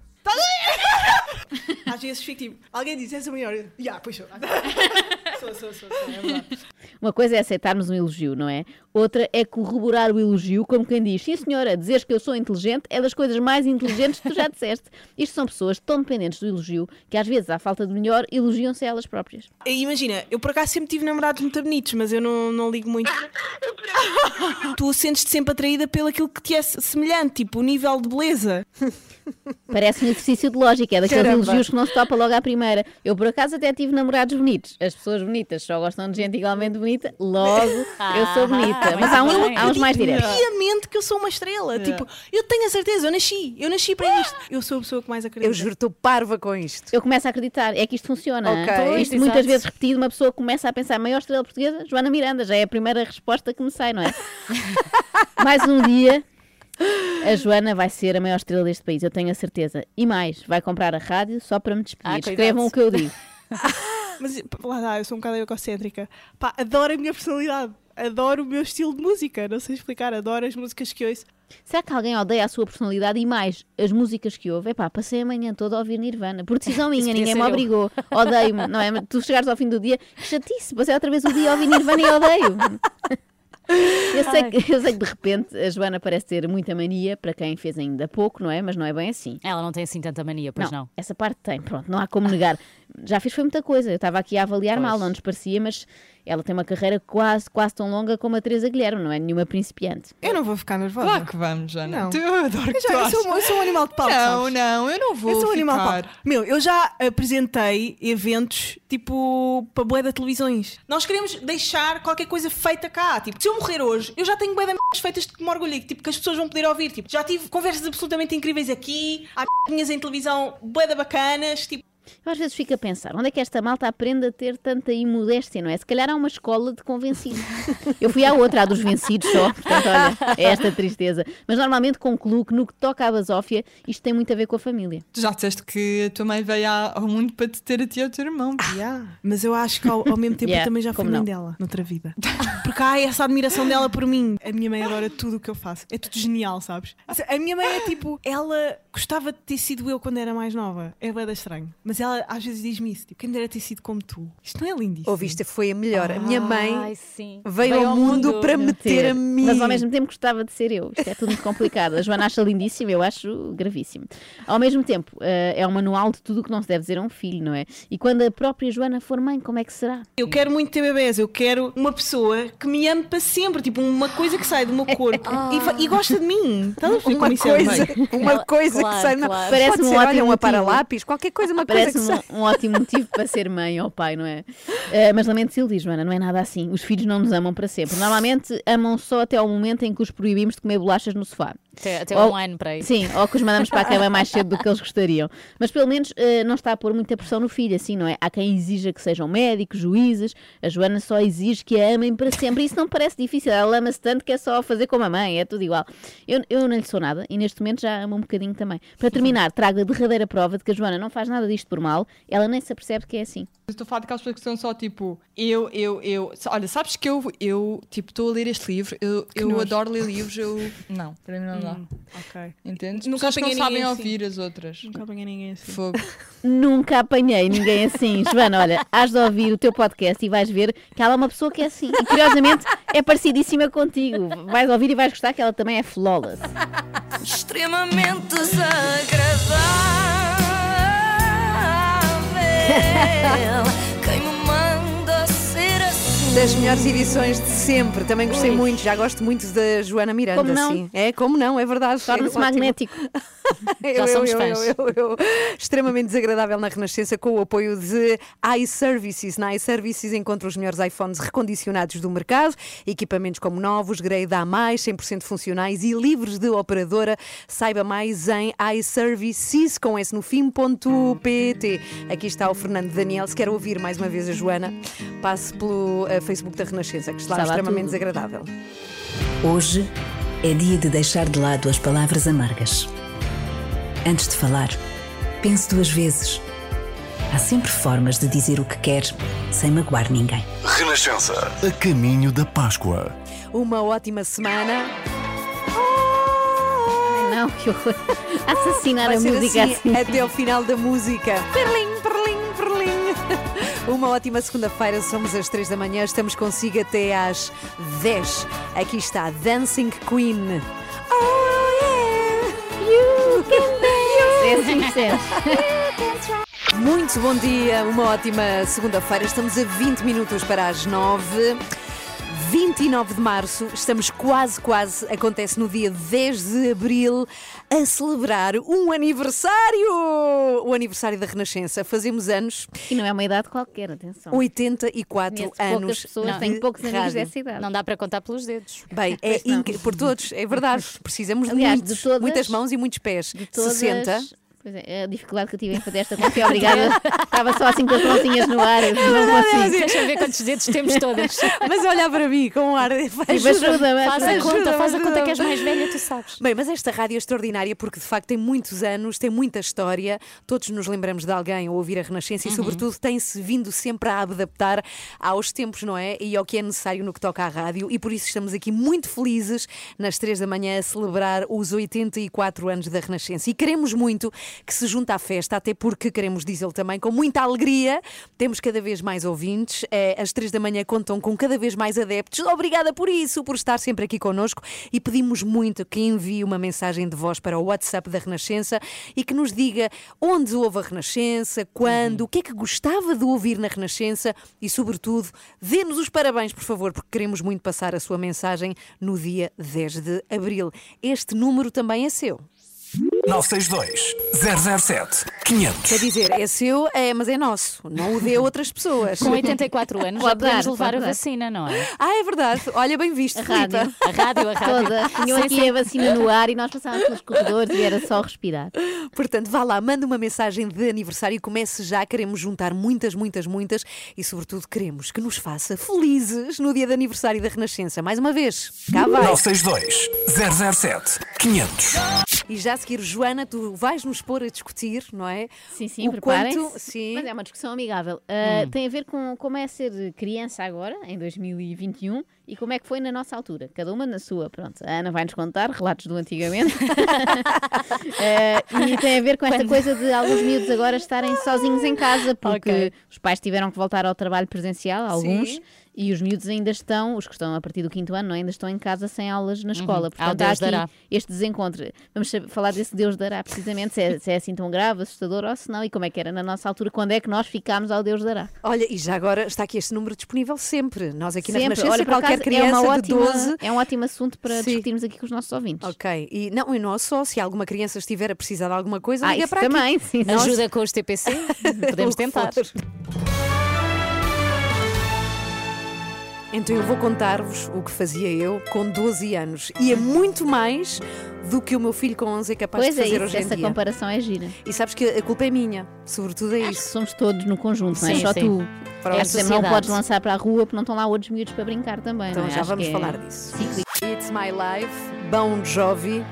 Às vezes fico tipo, alguém diz, és a maior. Pois sou. Sou, é verdade. Uma coisa é aceitarmos um elogio, não é? Outra é corroborar o elogio, como quem diz: sim senhora, dizeres que eu sou inteligente é das coisas mais inteligentes que tu já disseste. Isto são pessoas tão dependentes do elogio que às vezes, à falta de melhor, elogiam-se a elas próprias. Imagina, eu por acaso sempre tive namorados muito bonitos, mas eu não ligo muito. Tu sentes-te sempre atraída pelo aquilo que te é semelhante, tipo o nível de beleza. Parece um exercício de lógica, é daqueles Caramba. elogios que não se topa logo à primeira. Eu por acaso até tive namorados bonitos. As pessoas bonitas só gostam de gente igualmente bonita, logo eu sou bonita. Mas há uns mais diretos. Obviamente que eu sou uma estrela. Tipo, eu tenho a certeza, eu nasci para isto. Eu sou a pessoa que mais acredita. Eu juro, estou parva com isto. Eu começo a acreditar, é que isto funciona. Ok. Isto muitas vezes repetido, uma pessoa começa a pensar: maior estrela portuguesa, Joana Miranda, já é a primeira resposta que me sai, não é? Mais um dia a Joana vai ser a maior estrela deste país, eu tenho a certeza. E mais, vai comprar a rádio só para me despedir. Escrevam o que eu digo. Mas lá dá, eu sou um bocado egocêntrica. Pá, adoro a minha personalidade. Adoro o meu estilo de música. Não sei explicar, adoro as músicas que ouço. Será que alguém odeia a sua personalidade e mais as músicas que ouve? Epá, passei a manhã toda a ouvir Nirvana. Por decisão minha, ninguém me obrigou. Odeio-me, não é? Tu chegares ao fim do dia, que chatice, passei outra vez o dia a ouvir Nirvana e odeio. Eu sei que de repente a Joana parece ter muita mania, para quem fez ainda pouco, não é? Mas não é bem assim. Ela não tem assim tanta mania, pois não? Essa parte tem, pronto, não há como negar. Já fez foi muita coisa, eu estava aqui a avaliar mal, não nos parecia, mas ela tem uma carreira quase tão longa como a Teresa Guilherme, não é nenhuma principiante. Eu não vou ficar nervosa. Claro que vamos, Joana. Não. Eu adoro que tu achas. Eu sou um animal de palco. Não, eu não vou Eu sou um ficar. animal de palco. Meu, eu já apresentei eventos tipo para bué de televisões. Nós queremos deixar qualquer coisa feita cá. Tipo, se eu morrer hoje, eu já tenho bué de merdas feitas de que me orgulho, tipo, que as pessoas vão poder ouvir. Tipo, já tive conversas absolutamente incríveis aqui, há minhas em televisão bué de bacanas, tipo. Eu às vezes fico a pensar, onde é que esta malta aprende a ter tanta imodéstia, não é? Se calhar há uma escola de convencidos. Eu fui à outra, a dos vencidos só, portanto, olha, é esta tristeza. Mas normalmente concluo que no que toca à basófia, isto tem muito a ver com a família. Tu já disseste que a tua mãe veio ao mundo para te ter a ti e ao teu irmão. Mas eu acho que ao mesmo tempo eu também já fui mãe dela, noutra vida. Porque há essa admiração dela por mim. A minha mãe adora tudo o que eu faço. É tudo genial, sabes? A minha mãe é tipo, ela gostava de ter sido eu quando era mais nova. É bem estranho. Mas ela às vezes diz-me isso, tipo, quem dera ter sido como tu. Isto não é lindíssimo? Ouviste, foi a melhor. A minha mãe veio ao mundo para me ter a mim. Mas ao mesmo tempo gostava de ser eu. Isto é tudo muito complicado. A Joana acha lindíssimo, eu acho gravíssimo. Ao mesmo tempo, é um manual de tudo o que não se deve dizer a um filho, não é? E quando a própria Joana for mãe, como é que será? Eu quero muito ter bebés, eu quero uma pessoa que me ame para sempre, tipo uma coisa que sai do meu corpo e gosta de mim. Estás a ver como isso é? Uma coisa que sai. Claro. Parece-me um ótimo uma para-lápis, qualquer coisa, uma coisa que sai. Um ótimo motivo para ser mãe ou pai, não é? Mas lamento se lhe diz, Joana, não é nada assim. Os filhos não nos amam para sempre. Normalmente amam só até ao momento em que os proibimos de comer bolachas no sofá. Até um ano para isso. Sim, ou que os mandamos para a cama mais cedo do que eles gostariam. Mas pelo menos não está a pôr muita pressão no filho, assim, não é? Há quem exija que sejam médicos, juízes. A Joana só exige que a amem para sempre. Isso não me parece difícil. Ela ama-se tanto que é só fazer como a mãe, é tudo igual. Eu não lhe sou nada e neste momento já amo um bocadinho também. Para terminar, trago a derradeira prova de que a Joana não faz nada disto por mal. Ela nem se apercebe que é assim. Estou a falar daquelas pessoas que são só tipo, olha, sabes que eu tipo, estou a ler este livro, eu adoro ler livros, não, para mim não dá. Ok. Entendes? Nunca Pessoas que não apanhei sabem ninguém ouvir assim. as outras. Nunca apanhei ninguém assim. Fogo. Nunca apanhei ninguém assim. Joana, olha, has de ouvir o teu podcast e vais ver que ela é uma pessoa que é assim. E curiosamente é parecidíssima contigo. Vais ouvir e vais gostar que ela também é flawless. Extremamente desagradável. Quem me manda ser assim? Das melhores edições de sempre. Também gostei muito, já gosto muito da Joana Miranda. Como não? Sim. É, como não, é verdade. Torna-se magnético. Já somos fãs. Extremamente desagradável na Renascença, com o apoio de iServices. Na iServices encontra os melhores iPhones recondicionados do mercado, equipamentos como novos, grade A+, 100% funcionais e livres de operadora. Saiba mais em iServices, com esse no fim.pt. Aqui está o Fernando Daniel. Se quer ouvir mais uma vez a Joana, passe pelo Facebook da Renascença, que está extremamente desagradável. Hoje é dia de deixar de lado as palavras amargas. Antes de falar, pense 2 vezes. Há sempre formas de dizer o que quer sem magoar ninguém. Renascença, a caminho da Páscoa. Uma ótima semana. Não, que horror. Assassinar Vai a ser música assim assim. até ao final da música. Perlim, perlim, perlim. Uma ótima segunda-feira, somos às 3 da manhã, estamos consigo até às 10. Aqui está Dancing Queen. Oh yeah, you can dance. É assim que serve. Muito bom dia, uma ótima segunda-feira, estamos a 20 minutos para as 9. 29 de março, estamos quase, acontece no dia 10 de abril, a celebrar um aniversário! O aniversário da Renascença. Fazemos anos. E não é uma idade qualquer, atenção. 84 anos. Poucas pessoas têm poucos amigos dessa idade. Não dá para contar pelos dedos. Bem, por todos, é verdade. Precisamos Aliás, de muitas mãos e muitos pés. De todas, 60. Pois é, a dificuldade que eu tive em fazer esta conta, obrigada. Estava só assim com as mãozinhas no ar. Não consigo. Deixa-me ver quantos dedos temos todas. Mas olhar para mim com um ar. Faz a conta que és mais velha, tu sabes. Bem, mas esta rádio é extraordinária porque de facto tem muitos anos, tem muita história. Todos nos lembramos de alguém a ouvir a Renascença e, sobretudo, tem-se vindo sempre a adaptar aos tempos, não é? E ao que é necessário no que toca à rádio. E por isso estamos aqui muito felizes nas 3 da manhã a celebrar os 84 anos da Renascença. E queremos muito que se junta à festa, até porque queremos dizê-lo também com muita alegria. Temos cada vez mais ouvintes. Às 3 da manhã contam com cada vez mais adeptos. Obrigada por isso, por estar sempre aqui connosco. E pedimos muito que envie uma mensagem de voz para o WhatsApp da Renascença e que nos diga onde ouve a Renascença, quando, o que é que gostava de ouvir na Renascença e, sobretudo, dê-nos os parabéns, por favor, porque queremos muito passar a sua mensagem no dia 10 de abril. Este número também é seu. 962-007-500. Quer dizer, é seu, mas é nosso. Não o dê a outras pessoas. Com 84 anos já podemos levar a vacina, não é? É verdade. Olha, bem visto, a rádio. A rádio. Toda. Tinham aqui a vacina no ar e nós passávamos pelos corredores e era só respirar. Portanto, vá lá, manda uma mensagem de aniversário e comece já. Queremos juntar muitas e, sobretudo, queremos que nos faça felizes no dia de aniversário da Renascença. Mais uma vez, cá vai. 962-007-500. E já a seguir, Joana, tu vais nos pôr a discutir, não é? Sim, preparem-se. Sim. Mas é uma discussão amigável. Tem a ver com como é ser criança agora, em 2021, e como é que foi na nossa altura. Cada uma na sua, pronto. A Ana vai-nos contar relatos do antigamente. E tem a ver com esta coisa de alguns miúdos agora estarem sozinhos em casa, porque os pais tiveram que voltar ao trabalho presencial, alguns. Sim. E os miúdos ainda estão, os que estão a partir do 5º ano, ainda estão em casa sem aulas na escola. Portanto, há aqui este desencontro. Vamos falar desse Deus dará, precisamente, se é assim tão grave, assustador ou se não, e como é que era na nossa altura, quando é que nós ficámos ao Deus dará. Olha, e já agora está aqui este número disponível sempre. Nós aqui na Renascença, qualquer criança de 12... É um ótimo assunto para discutirmos aqui com os nossos ouvintes. Ok, e não é só, se alguma criança estiver a precisar de alguma coisa, liga para também, aqui. Sim, ajuda com os TPC, podemos tentar. Então eu vou contar-vos o que fazia eu com 12 anos. E é muito mais do que o meu filho com 11 é capaz de fazer hoje em dia. Essa comparação é gira. E sabes que a culpa é minha, sobretudo é isso. Somos todos no conjunto, não é só tu. Não podes lançar para a rua porque não estão lá outros miúdos para brincar também. Então já vamos falar disso. It's My Life, Bon Jovi.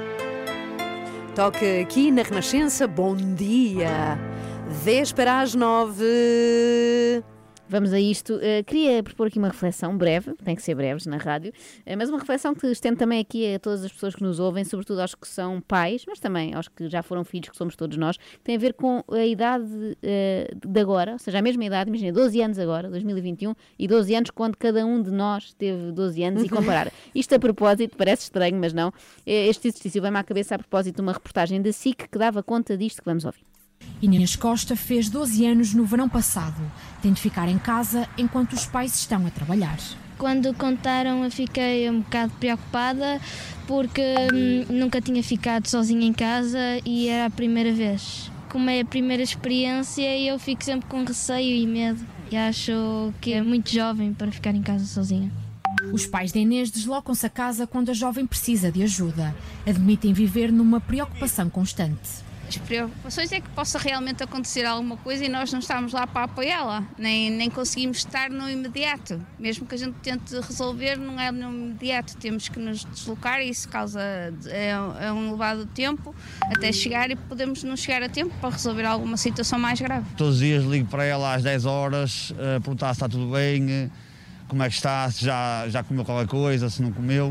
Toca aqui na Renascença. Bom dia. 10 para as 9. Vamos a isto. Queria propor aqui uma reflexão breve, tem que ser breves na rádio, mas uma reflexão que estende também aqui a todas as pessoas que nos ouvem, sobretudo aos que são pais, mas também aos que já foram filhos, que somos todos nós, que tem a ver com a idade de agora, ou seja, a mesma idade, imagina, 12 anos agora, 2021, e 12 anos quando cada um de nós teve 12 anos e comparar. Isto a propósito, parece estranho, mas não, este exercício vem-me à cabeça a propósito de uma reportagem da SIC que dava conta disto que vamos ouvir. Inês Costa fez 12 anos no verão passado. Tem de ficar em casa enquanto os pais estão a trabalhar. Quando contaram, eu fiquei um bocado preocupada porque nunca tinha ficado sozinha em casa e era a primeira vez. Como é a primeira experiência, eu fico sempre com receio e medo. E acho que é muito jovem para ficar em casa sozinha. Os pais de Inês deslocam-se a casa quando a jovem precisa de ajuda. Admitem viver numa preocupação constante. As preocupações é que possa realmente acontecer alguma coisa e nós não estamos lá para apoiá-la, nem conseguimos estar no imediato. Mesmo que a gente tente resolver, não é no imediato, temos que nos deslocar e isso causa um elevado tempo até chegar e podemos não chegar a tempo para resolver alguma situação mais grave. Todos os dias ligo para ela às 10 horas, perguntar se está tudo bem, como é que está, se já comeu qualquer coisa, se não comeu.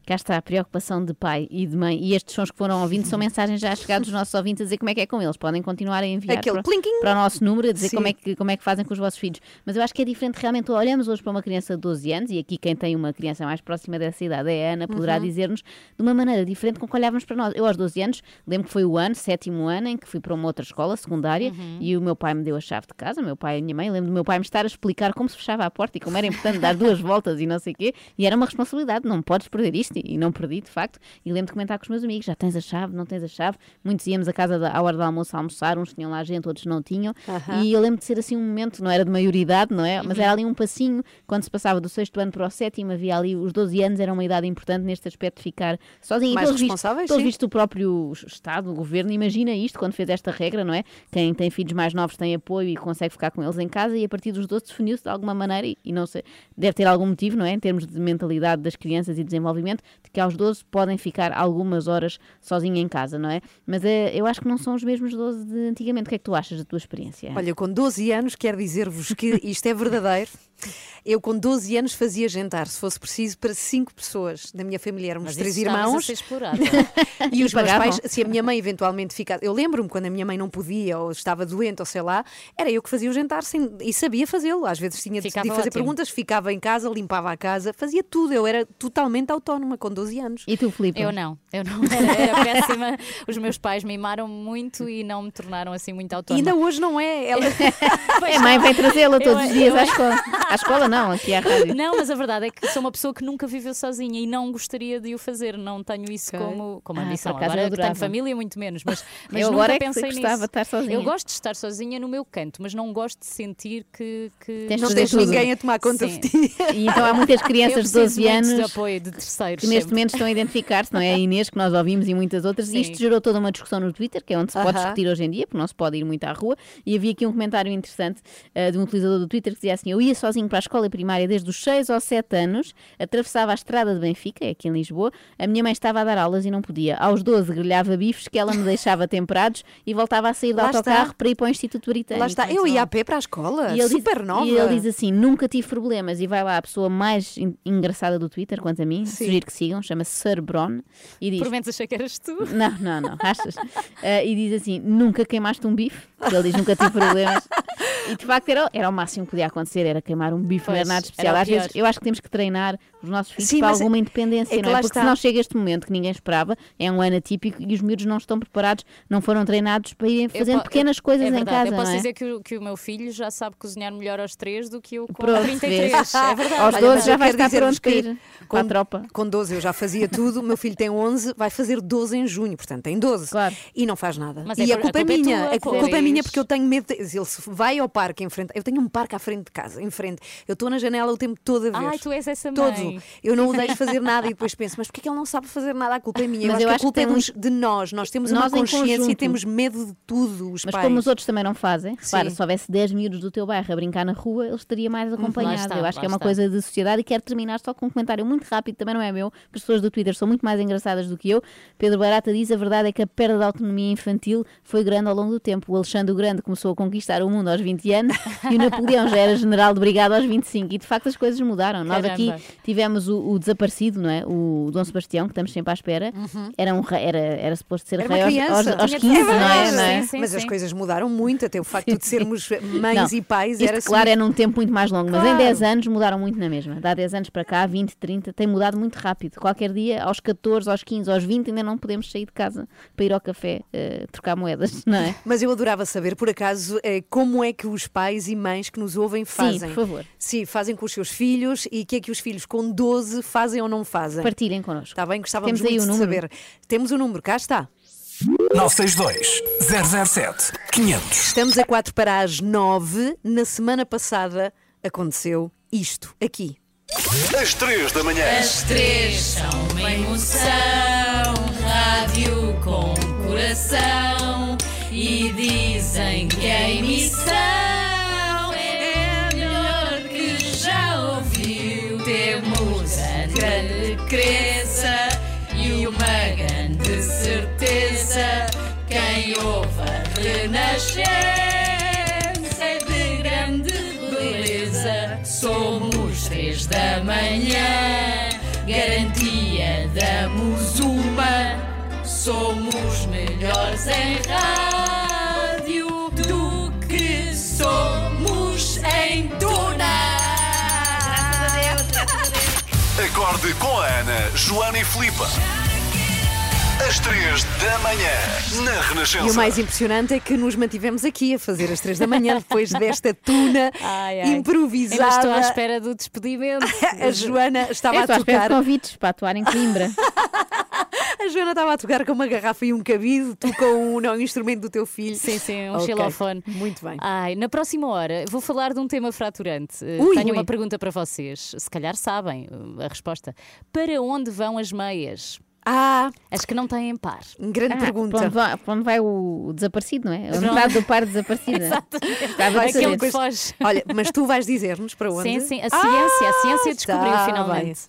Cá está a preocupação de pai e de mãe. E estes sons que foram ouvindo são mensagens já chegadas dos nossos ouvintes a dizer como é que é com eles. Podem continuar a enviar para o nosso número a dizer como é que fazem com os vossos filhos. Mas eu acho que é diferente realmente. Olhamos hoje para uma criança de 12 anos, e aqui quem tem uma criança mais próxima dessa idade é a Ana, poderá dizer-nos de uma maneira diferente com que olhávamos para nós. Eu aos 12 anos, lembro que foi o ano, 7º ano, em que fui para uma outra escola secundária e o meu pai me deu a chave de casa, o meu pai e a minha mãe. Lembro do meu pai me estar a explicar como se fechava a porta e como era importante dar 2 voltas e não sei o quê. E era uma responsabilidade, não podes perder isto. E não perdi, de facto. E lembro de comentar com os meus amigos, já tens a chave, não tens a chave? Muitos íamos a casa à hora do almoço a almoçar, uns tinham lá gente, outros não tinham. E eu lembro de ser assim um momento, não era de maioridade, não é? Mas era ali um passinho, quando se passava do 6º ano para o 7º, havia ali os 12 anos, era uma idade importante neste aspecto de ficar sozinho. Mais responsáveis, Pelo visto do próprio Estado, o Governo, imagina isto quando fez esta regra, não é? Quem tem filhos mais novos tem apoio e consegue ficar com eles em casa, e a partir dos 12 definiu-se de alguma maneira, e não sei, deve ter algum motivo, não é? Em termos de mentalidade das crianças e desenvolvimento, de que aos 12 podem ficar algumas horas sozinho em casa, não é? Mas eu acho que não são os mesmos 12 de antigamente. O que é que tu achas da tua experiência? Olha, com 12 anos quero dizer-vos que isto é verdadeiro. Eu com 12 anos fazia jantar, se fosse preciso, para 5 pessoas da minha família. Éramos 3 irmãos. A ser explorado. E os meus pais, se a minha mãe eventualmente ficasse... Eu lembro-me quando a minha mãe não podia ou estava doente ou sei lá, era eu que fazia o jantar e sabia fazê-lo. Às vezes tinha de fazer perguntas, ficava em casa, limpava a casa, fazia tudo. Eu era totalmente autónoma com 12 anos. E tu, Filipe? Eu não era péssima. Os meus pais mimaram-me muito e não me tornaram assim muito autónoma. E ainda hoje não é. A mãe vem trazê-la todos os dias à escola. À escola não, aqui à rádio. Não, mas a verdade é que sou uma pessoa que nunca viveu sozinha e não gostaria de o fazer. Não tenho isso como ambição. Agora tenho família, muito menos. Mas eu nunca agora pensei nisso. Gostava de estar sozinha. Eu gosto de estar sozinha no meu canto, mas não gosto de sentir que não tens ninguém a tomar conta de ti. E então há muitas crianças de 12 anos de apoio de terceiros que neste momento estão a identificar-se, não é? A Inês, que nós ouvimos, e muitas outras. E isto gerou toda uma discussão no Twitter, que é onde se pode discutir hoje em dia, porque não se pode ir muito à rua. E havia aqui um comentário interessante de um utilizador do Twitter que dizia assim: eu ia sozinho para a escola primária desde os 6 aos 7 anos, atravessava a estrada de Benfica, é aqui em Lisboa, a minha mãe estava a dar aulas e não podia. Aos 12 grelhava bifes que ela me deixava temperados e voltava a sair do autocarro para ir para o Instituto Britânico. Lá está, eu ia a pé para a escola, super nova. E ele diz assim: nunca tive problemas. E vai lá a pessoa mais engraçada do Twitter, quanto a mim, sugiro que sigam, chama-se Sir Bron, e diz... Por menos achei que eras tu. Não, achas? E diz assim: nunca queimaste um bife? Ele diz: nunca tive problemas. E de facto era o máximo que podia acontecer, era queimar um bife, não era nada especial. Às vezes eu acho que temos que treinar os nossos filhos para alguma independência, não é? Porque senão chega este momento que ninguém esperava, é um ano atípico e os miúdos não estão preparados, não foram treinados para irem fazendo pequenas coisas em casa. Eu posso dizer que o meu filho já sabe cozinhar melhor aos 3 do que eu com 33. É verdade. Aos 12 já vai estar pronto para ir para a tropa. Com 12 eu já fazia tudo, o meu filho tem 11, vai fazer 12 em junho, portanto tem 12. Claro. E não faz nada. Mas e a culpa é minha. A culpa é minha porque eu tenho medo. Ele se vai ao parque em frente. Eu tenho um parque à frente de casa, em frente. Eu estou na janela o tempo todo a ver. Ai, tu és essa mãe. Todo. Eu não o deixo fazer nada e depois penso, mas porquê que ele não sabe fazer nada? A culpa é minha. Mas eu acho que a culpa é de nós. Nós temos uma consciência e temos medo de tudo, os pais. Mas como os outros também não fazem, repara, se houvesse 10 miúdos do teu bairro a brincar na rua, ele estaria mais acompanhado. Eu acho que é uma coisa de sociedade. E quero terminar só com um comentário muito rápido, também não é meu, porque as pessoas do Twitter são muito mais engraçadas do que eu. Pedro Barata diz: a verdade é que a perda de autonomia infantil foi grande ao longo do tempo. O Alexandre o Grande começou a conquistar o mundo aos 20 anos e o Napoleão já era general de brigada aos 25, e de facto as coisas mudaram. Nós aqui tivemos o desaparecido, não é? O Dom Sebastião, que estamos sempre à espera. Era suposto ser rei aos 15, não é? Mas as coisas mudaram muito, até o facto de sermos mães e pais. Claro, é num tempo muito mais longo, mas em 10 anos mudaram muito na mesma. Dá 10 anos para cá, 20, 30, tem mudado muito rápido. Qualquer dia, aos 14, aos 15, aos 20, ainda não podemos sair de casa para ir ao café trocar moedas, não é? Mas eu adorava saber, por acaso, como é que os pais e mães que nos ouvem fazem. Sim, por favor. Sim, fazem com os seus filhos e o que é que os filhos com 12 fazem ou não fazem. Partilhem connosco. Está bem? Gostávamos muito de saber. Temos o número, cá está. 962 007 500. Estamos a 4 para as 9. Na semana passada aconteceu isto aqui. Às 3 da manhã. As 3 são uma emoção, rádio com coração, e dizem que a emissão é a melhor que já ouviu. Temos a grande crença e uma grande certeza, quem ouve a Renascença é de grande beleza. Somos 3 da manhã, garantia damos uma. Somos melhores em rádio do que somos em Tuna. Acorde com a Ana, Joana e Filipe. Às 3 da manhã, na Renascença. E o mais impressionante é que nos mantivemos aqui a fazer às 3 da manhã, depois desta tuna improvisada. Ainda estou à espera do despedimento. A Joana estava a Estou à espera de tocar. convites para atuar em Coimbra. A Joana estava a tocar com uma garrafa e um cabide, tu com um instrumento do teu filho. Sim, um Ok, xilofone. Muito bem. Na próxima hora vou falar de um tema fraturante. Tenho uma pergunta para vocês. Se calhar sabem a resposta. Para onde vão as meias? As que não têm par. Grande pergunta. Para onde vai o desaparecido, não é? A metade do par desaparecido. Exatamente. Aquele que foge. Olha, mas tu vais dizer-nos para onde? Sim, a ciência descobriu está finalmente.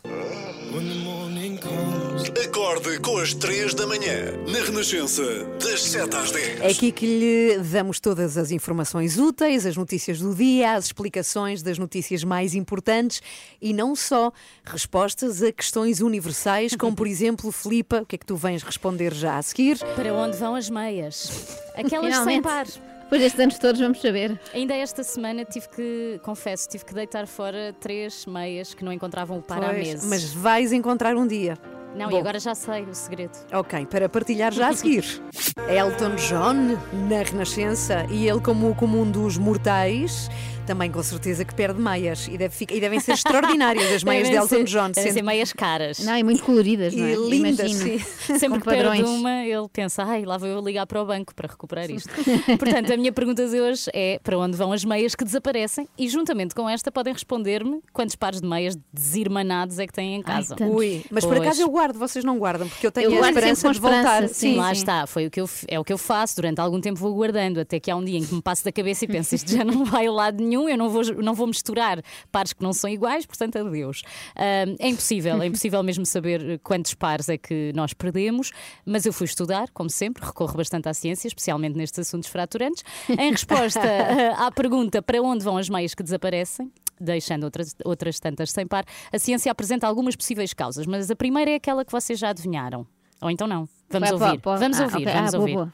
Acorde com as 3 da manhã, na Renascença, das 7 às 10. É aqui que lhe damos todas as informações úteis, as notícias do dia, as explicações das notícias mais importantes e não só respostas a questões universais, como por exemplo, Filipa, o que é que tu vens responder já a seguir? Para onde vão as meias? Aquelas sem Finalmente. par. Depois destes anos todos vamos saber. Ainda esta semana tive que deitar fora 3 meias que não encontravam o par há Pois, meses. mas vais encontrar um dia. Não, Bom. e agora já sei o segredo. Ok, para partilhar já a seguir. Elton John, na Renascença, e ele como um dos mortais, também com certeza que perde meias. E devem ser extraordinárias as meias de Elton John. Devem ser meias caras. Não, e muito coloridas, não é? E lindas, Imagino. sim. Sempre Com que perde padrões. uma, ele pensa, lá vou eu ligar para o banco para recuperar isto. Portanto, a minha pergunta de hoje é para onde vão as meias que desaparecem? E juntamente com esta podem responder-me quantos pares de meias desirmanados é que têm em casa. Ui, mas por acaso eu guardo, vocês não guardam, porque eu tenho Eu a guardo esperança sempre de com voltar. esperança, sim. Lá está, é o que eu faço. Durante algum tempo vou guardando, até que há um dia em que me passo da cabeça e penso isto já não vai a lado nenhum, eu não vou misturar pares que não são iguais, portanto, adeus. É impossível mesmo saber quantos pares é que nós perdemos, mas eu fui estudar, como sempre, recorro bastante à ciência, especialmente nestes assuntos fraturantes. Em resposta à pergunta para onde vão as meias que desaparecem, deixando outras tantas sem par, a ciência apresenta algumas possíveis causas, mas a primeira é aquela que vocês já adivinharam. Ou então não. Vamos ouvir. Vamos ouvir. Boa.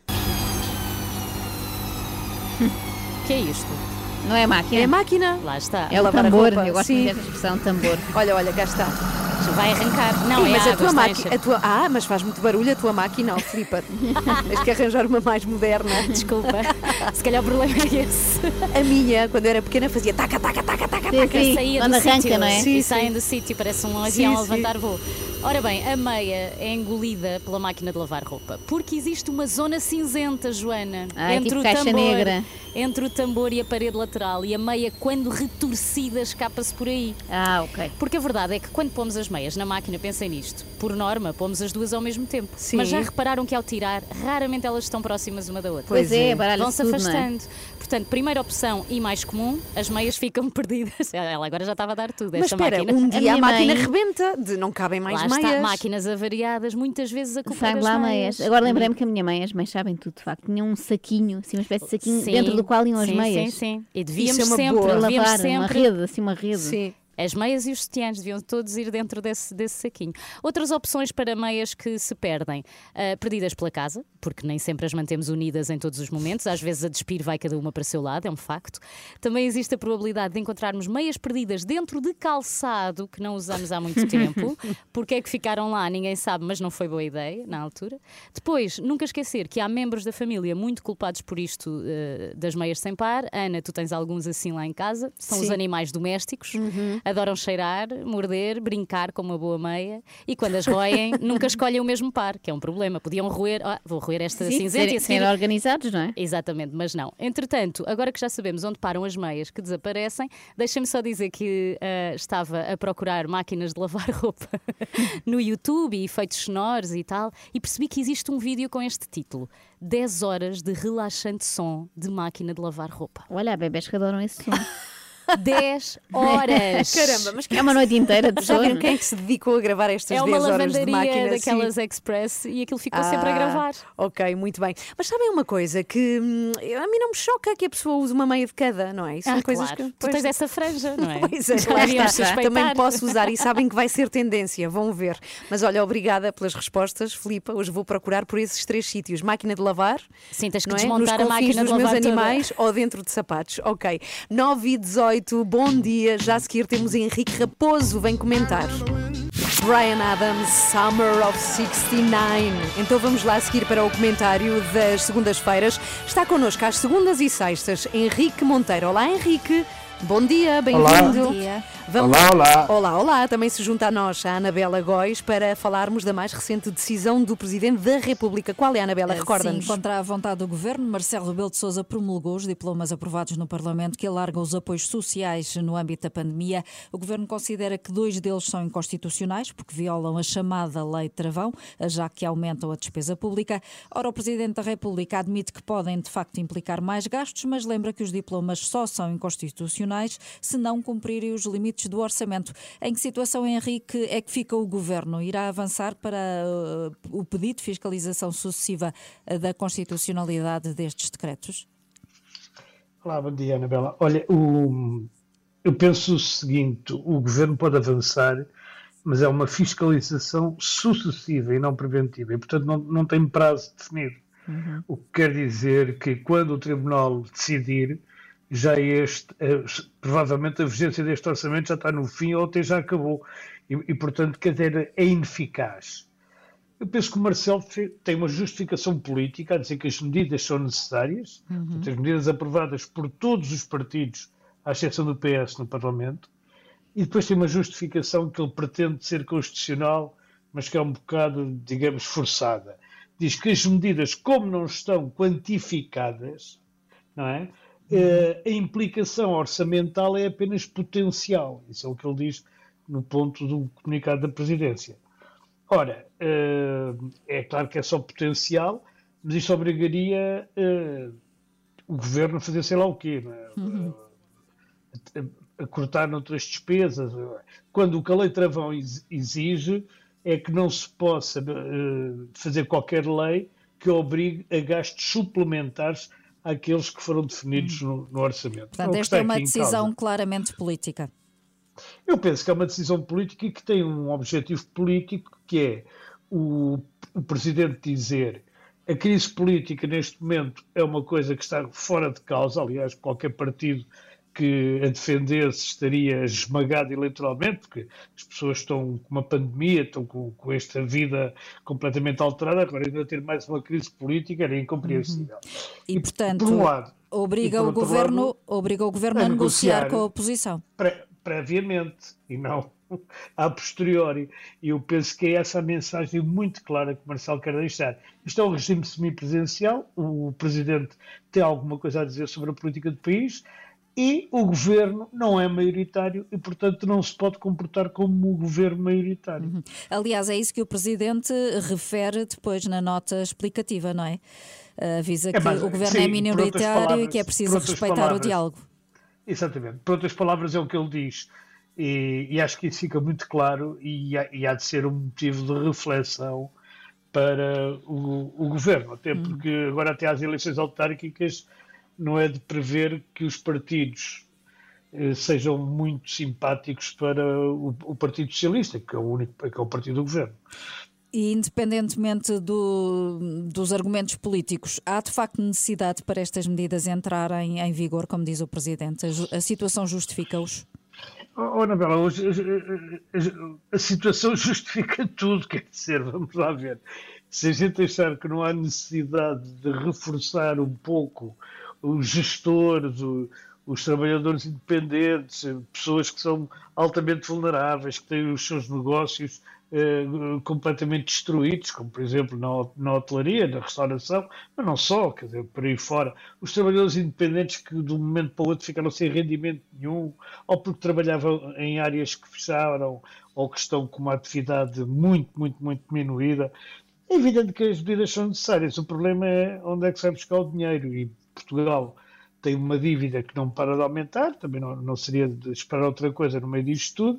O que é isto? Não é máquina? É máquina. Lá está. É o lavar a tambor. roupa. Eu gosto Sim. muito desta expressão, tambor. Olha, cá está. Vai arrancar. Não, Ih, é mas a água, tua está a máquina. encher. Mas faz muito barulho a tua máquina, Filipe. Tens que arranjar uma mais moderna. Desculpa. Se calhar o problema é esse. A minha, quando eu era pequena, fazia taca, taca, taca, taca, Sim, taca. sim. Saía Quando do arranca, sítio, não é? E saem do sítio, parece um avião Sim, a levantar voo. Ora bem, a meia é engolida pela máquina de lavar roupa porque existe uma zona cinzenta, Joana, Tipo caixa negra. entre o tambor e a parede lateral, e a meia, quando retorcida, escapa-se por aí. Ok. Porque a verdade é que quando pomos as meias na máquina, pensem nisto, por norma pomos as duas ao mesmo tempo. Sim. Mas já repararam que ao tirar, raramente elas estão próximas uma da outra. Pois é, baralha-se Vão-se tudo, não é? afastando. Portanto, primeira opção e mais comum, as meias ficam perdidas. Ela agora já estava a dar tudo. Mas esta espera, máquina. um dia a máquina mãe- rebenta, não cabem mais Lá meias. está, máquinas avariadas, muitas vezes a culpa Sai das lá meias. meias. Agora lembrei-me que a minha mãe, as mães sabem tudo, de facto. Tinha um saquinho, assim, uma espécie de saquinho Sim, dentro do qual iam as sim, meias. Sim. E Isso devíamos é uma sempre, boa. Para devíamos lavar, uma sempre rede, assim, uma rede. Sim. As meias e os sutiãs deviam todos ir dentro desse saquinho. Outras opções para meias que se perdem. Perdidas pela casa, porque nem sempre as mantemos unidas em todos os momentos. Às vezes a despir vai cada uma para o seu lado, é um facto. Também existe a probabilidade de encontrarmos meias perdidas dentro de calçado que não usamos há muito tempo. Porque é que ficaram lá, ninguém sabe, mas não foi boa ideia na altura. Depois, nunca esquecer que há membros da família muito culpados por isto das meias sem par. Ana, tu tens alguns assim lá em casa. São os animais domésticos. Adoram cheirar, morder, brincar com uma boa meia, e quando as roem nunca escolhem o mesmo par, que é um problema. Podiam roer, vou roer esta cinzenta e a seguir... Serem organizados, não é? Exatamente, mas não. Entretanto, agora que já sabemos onde param as meias que desaparecem, deixem-me só dizer que estava a procurar máquinas de lavar roupa no YouTube e efeitos sonoros e tal, e percebi que existe um vídeo com este título: 10 horas de relaxante som de máquina de lavar roupa. Olha, há bebés que adoram esse som. 10 horas. Caramba, mas é uma noite inteira de Já viram sono. quem é que se dedicou a gravar estas 10 horas de máquina? É uma lavandaria daquelas Express e aquilo ficou sempre a gravar. Ok, muito bem. Mas sabem uma coisa que a mim não me choca que a pessoa use uma meia de cada, não é? Isso são coisas claro. que Tu tens essa franja, não é? Pois é, lá está. Também posso usar e sabem que vai ser tendência, vão ver. Mas olha, obrigada pelas respostas, Filipa. Hoje vou procurar por esses 3 sítios: máquina de lavar, sim, tens que não é? desmontar Nos a máquina dos de lavar meus animais toda. ou dentro de sapatos. Ok. 9h18, bom dia. Já a seguir temos Henrique Raposo, vem comentar. Bryan Adams, Summer of 69. Então vamos lá seguir para o comentário das segundas-feiras. Está connosco às segundas e sextas Henrique Monteiro. Olá, Henrique. Bom dia, bem-vindo. Bom dia. Olá. Também se junta a nós a Anabela Góis para falarmos da mais recente decisão do Presidente da República. Qual é, Anabela? Recorda-nos. Sim, contra a vontade do Governo, Marcelo Rebelo de Sousa promulgou os diplomas aprovados no Parlamento que alargam os apoios sociais no âmbito da pandemia. O Governo considera que 2 deles são inconstitucionais porque violam a chamada Lei Travão, já que aumentam a despesa pública. Ora, o Presidente da República admite que podem de facto implicar mais gastos, mas lembra que os diplomas só são inconstitucionais se não cumprirem os limites do orçamento. Em que situação, Henrique, é que fica o Governo? Irá avançar para o pedido de fiscalização sucessiva da constitucionalidade destes decretos? Olá, bom dia, Anabela. Olha, eu penso o seguinte: o Governo pode avançar, mas é uma fiscalização sucessiva e não preventiva, e portanto não tem prazo definido. O que quer dizer que quando o Tribunal decidir, já provavelmente a vigência deste orçamento já está no fim ou até já acabou e portanto, quer dizer, é ineficaz. Eu penso que o Marcelo tem uma justificação política a dizer que as medidas são necessárias, as medidas aprovadas por todos os partidos, à exceção do PS no Parlamento, e depois tem uma justificação que ele pretende ser constitucional, mas que é um bocado, digamos, forçada. Diz que as medidas, como não estão quantificadas, não é? A implicação orçamental é apenas potencial. Isso é o que ele diz no ponto do comunicado da Presidência. Ora, é claro que é só potencial, mas isto obrigaria o Governo a fazer sei lá o quê, não é? A cortar noutras despesas. Quando o que a Lei Travão exige é que não se possa fazer qualquer lei que obrigue a gastos suplementares àqueles que foram definidos no orçamento. Portanto, esta é uma decisão claramente política. Eu penso que é uma decisão política e que tem um objetivo político, que é o Presidente dizer a crise política neste momento é uma coisa que está fora de causa. Aliás, qualquer partido que a defendesse estaria esmagado eleitoralmente, porque as pessoas estão com uma pandemia, estão com esta vida completamente alterada, agora ainda ter mais uma crise política era incompreensível. E portanto, por um lado, obriga o Governo a negociar com a oposição. Previamente, e não a posteriori. E eu penso que é essa a mensagem muito clara que Marcelo quer deixar. Isto é um regime semipresidencial, o Presidente tem alguma coisa a dizer sobre a política do país, e o Governo não é maioritário e, portanto, não se pode comportar como um Governo maioritário. Aliás, é isso que o Presidente refere depois na nota explicativa, não é? Avisa que o Governo é minoritário e que é preciso respeitar o diálogo. Exatamente. Por outras palavras, é o que ele diz. E acho que isso fica muito claro e há de ser um motivo de reflexão para o Governo. Até porque agora até às eleições autárquicas não é de prever que os partidos sejam muito simpáticos para o Partido Socialista, que é o partido do Governo. E independentemente dos argumentos políticos, há de facto necessidade para estas medidas entrarem em vigor, como diz o Presidente? A situação justifica-os? Anabela, hoje a situação justifica tudo, quer dizer, vamos lá ver. Se a gente achar que não há necessidade de reforçar um pouco os gestores, os trabalhadores independentes, pessoas que são altamente vulneráveis, que têm os seus negócios completamente destruídos, como por exemplo na hotelaria, na restauração, mas não só, quer dizer, por aí fora. Os trabalhadores independentes que de um momento para o outro ficaram sem rendimento nenhum, ou porque trabalhavam em áreas que fecharam, ou que estão com uma atividade muito diminuída. É evidente que as medidas são necessárias. O problema é onde é que se vai buscar o dinheiro, e Portugal tem uma dívida que não para de aumentar, também não seria de esperar outra coisa no meio disto tudo,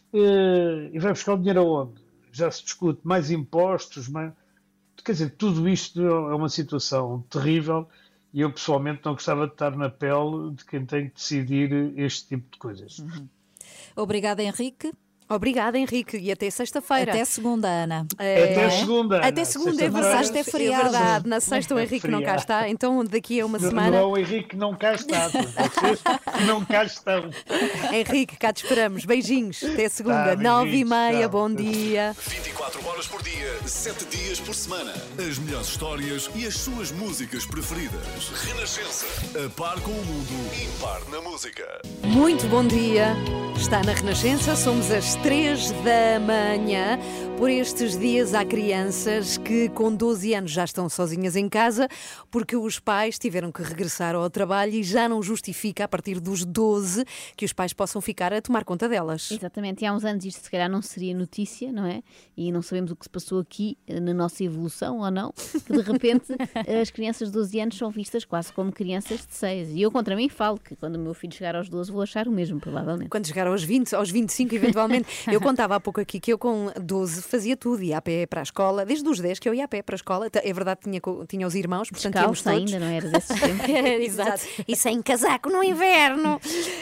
e vai buscar o dinheiro aonde? Já se discute mais impostos, quer dizer, tudo isto é uma situação terrível e eu pessoalmente não gostava de estar na pele de quem tem que decidir este tipo de coisas. Obrigada, Henrique. Obrigada, Henrique, e até sexta-feira. Até segunda, Ana. Até segunda, Ana. Até segunda, é verdade. É feriado. É verdade. Na sexta o Henrique não cá está, então daqui a uma semana... Não, o Henrique não cá está, vocês não cá estão. Henrique, cá te esperamos. Beijinhos. Até segunda, 9h30, bom dia. 24 horas por dia, 7 dias por semana. As melhores histórias e as suas músicas preferidas. Renascença, a par com o mundo, impar na música. Muito bom dia. Está na Renascença, somos às 3 da manhã. Por estes dias há crianças que com 12 anos já estão sozinhas em casa porque os pais tiveram que regressar ao trabalho e já não justifica a partir dos 12 que os pais possam ficar a tomar conta delas. Exatamente, e há uns anos isto se calhar não seria notícia, não é? E não sabemos o que se passou aqui na nossa evolução ou não, que de repente as crianças de 12 anos são vistas quase como crianças de 6. E eu contra mim falo que quando o meu filho chegar aos 12 vou achar o mesmo, provavelmente. Quando chegar aos 20, aos 25 eventualmente. Eu contava há pouco aqui que eu com 12 fazia tudo, ia a pé para a escola, desde os 10 que eu ia a pé para a escola. É verdade, tinha os irmãos, portanto íamos todos. Ainda, não era desses tempos. Exato. E sem casaco no inverno.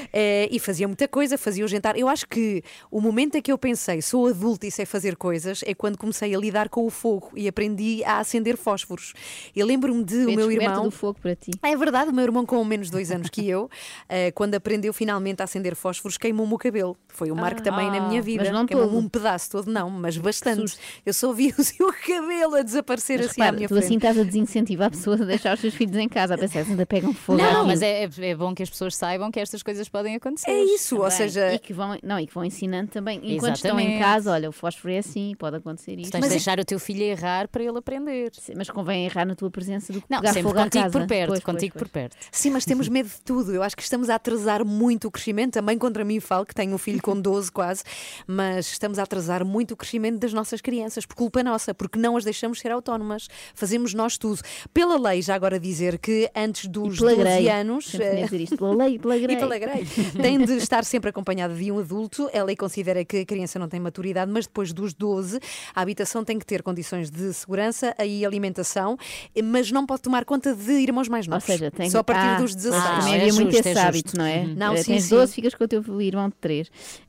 E fazia muita coisa, fazia o jantar. Eu acho que o momento em que eu pensei, sou adulta e sei fazer coisas, é quando comecei a lidar com o fogo e aprendi a acender fósforos. Eu lembro-me de o meu irmão... do fogo para ti. É verdade, o meu irmão com menos de 2 anos que eu, quando aprendeu finalmente a acender fósforos, queimou-me o cabelo. Foi um marco também na minha vida. Mas não queimou-me um pedaço todo, não, mas bastante. Eu só vi o seu cabelo a desaparecer mas, assim repara, à minha tu frente. assim estás a desincentivar a pessoa a deixar os seus filhos em casa, a pensar que ainda pegam fogo. Não, mas é bom que as pessoas saibam que estas coisas podem acontecer. É isso, também. Ou seja... E que vão ensinando também. Enquanto estão em casa, olha, o fósforo é assim, pode acontecer isto. Tens de deixar o teu filho errar para ele aprender. Sim, mas convém errar na tua presença do que não, pegar sempre fogo à contigo casa. Por perto, contigo por perto. Sim, mas temos medo de tudo. Eu acho que estamos a atrasar muito o crescimento. Também contra mim falo, que tenho um filho com 12 quase, mas estamos a atrasar muito o crescimento das nossas crianças, por culpa nossa, porque não as deixamos ser autónomas. Fazemos nós tudo. Pela lei, já agora dizer que antes dos 12 anos... Dizer isto, pela lei, pela grei. Tem de estar sempre acompanhada de um adulto. A lei considera que a criança não tem maturidade, mas depois dos 12, a habitação tem que ter condições de segurança e alimentação, mas não pode tomar conta de irmãos mais novos. Ou seja, só a partir dos 16. Também havia muito esse hábito, não é? Não, tens 12, ficas com o teu irmão de 3.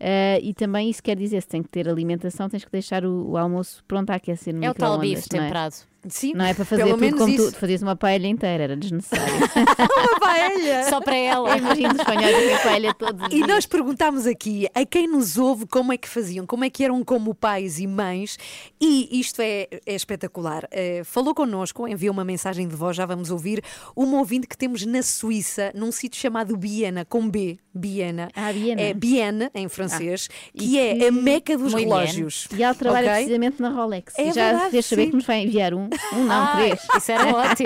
E também isso quer dizer, se tem que ter alimentação, tens que deixar o almoço pronto a aquecer no micro-ondas. É o tal bife temperado. Sim, não é para fazer tudo como tu fazias uma paella inteira, era desnecessário. Uma paella! Só para ela. Eu imagino os espanhóis a ter paella todos os dias. E nós perguntámos aqui a quem nos ouve como é que faziam, como é que eram como pais e mães, e isto é espetacular. Falou connosco, enviou uma mensagem de voz, já vamos ouvir, uma ouvinte que temos na Suíça, num sítio chamado Biena, com B, Biena. Biena. É Bienne, em francês, que é a meca dos relógios. E ela trabalha precisamente na Rolex. É e já verdade, fez saber sim. que nos vai enviar um não, 3. Isso era ótimo.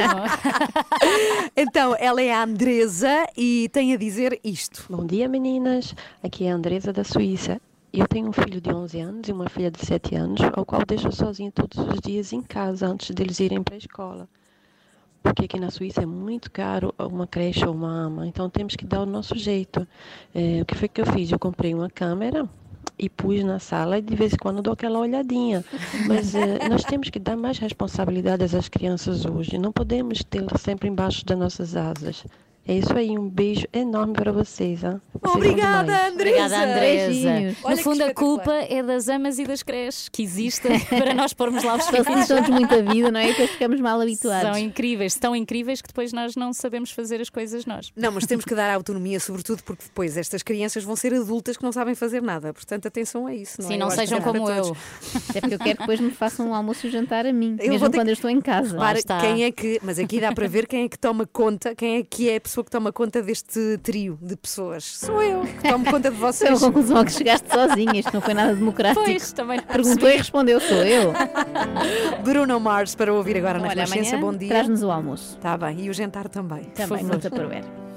Então, ela é a Andresa e tem a dizer isto. Bom dia, meninas. Aqui é a Andresa da Suíça. Eu tenho um filho de 11 anos e uma filha de 7 anos, ao qual deixo sozinho todos os dias em casa antes deles irem para a escola. Porque aqui na Suíça é muito caro uma creche ou uma ama, então temos que dar o nosso jeito. O que foi que eu fiz? Eu comprei uma câmera e pus na sala e de vez em quando dou aquela olhadinha. Mas nós temos que dar mais responsabilidades às crianças hoje. Não podemos tê-las sempre embaixo das nossas asas. É isso aí, um beijo enorme para vocês. Hein? Obrigada, Andresa. Obrigada, Andresa. No fundo, a culpa é das amas e das creches que existem para nós pormos lá os filhos. Facilitam-nos muita vida, não é? E depois ficamos mal habituados. São incríveis, tão incríveis que depois nós não sabemos fazer as coisas nós. Não, mas temos que dar autonomia, sobretudo porque depois estas crianças vão ser adultas que não sabem fazer nada. Portanto, atenção a isso. Não Sim, é? não sejam como eu. Até porque eu quero que depois me façam um almoço e jantar a mim, Eu mesmo quando eu estou em casa. Quem é que, mas aqui dá para ver quem é que toma conta, quem é que é a pessoa que toma conta deste trio de pessoas. Sou eu que tomo conta de vocês. É uma conclusão a que chegaste sozinha, isto não foi nada democrático. Pois, também perguntou e respondeu, sou eu. Bruno Mars para ouvir agora na Olha, Renascença. amanhã Bom dia. traz-nos o almoço. Está bem, e o jantar também. Também, não te aprover.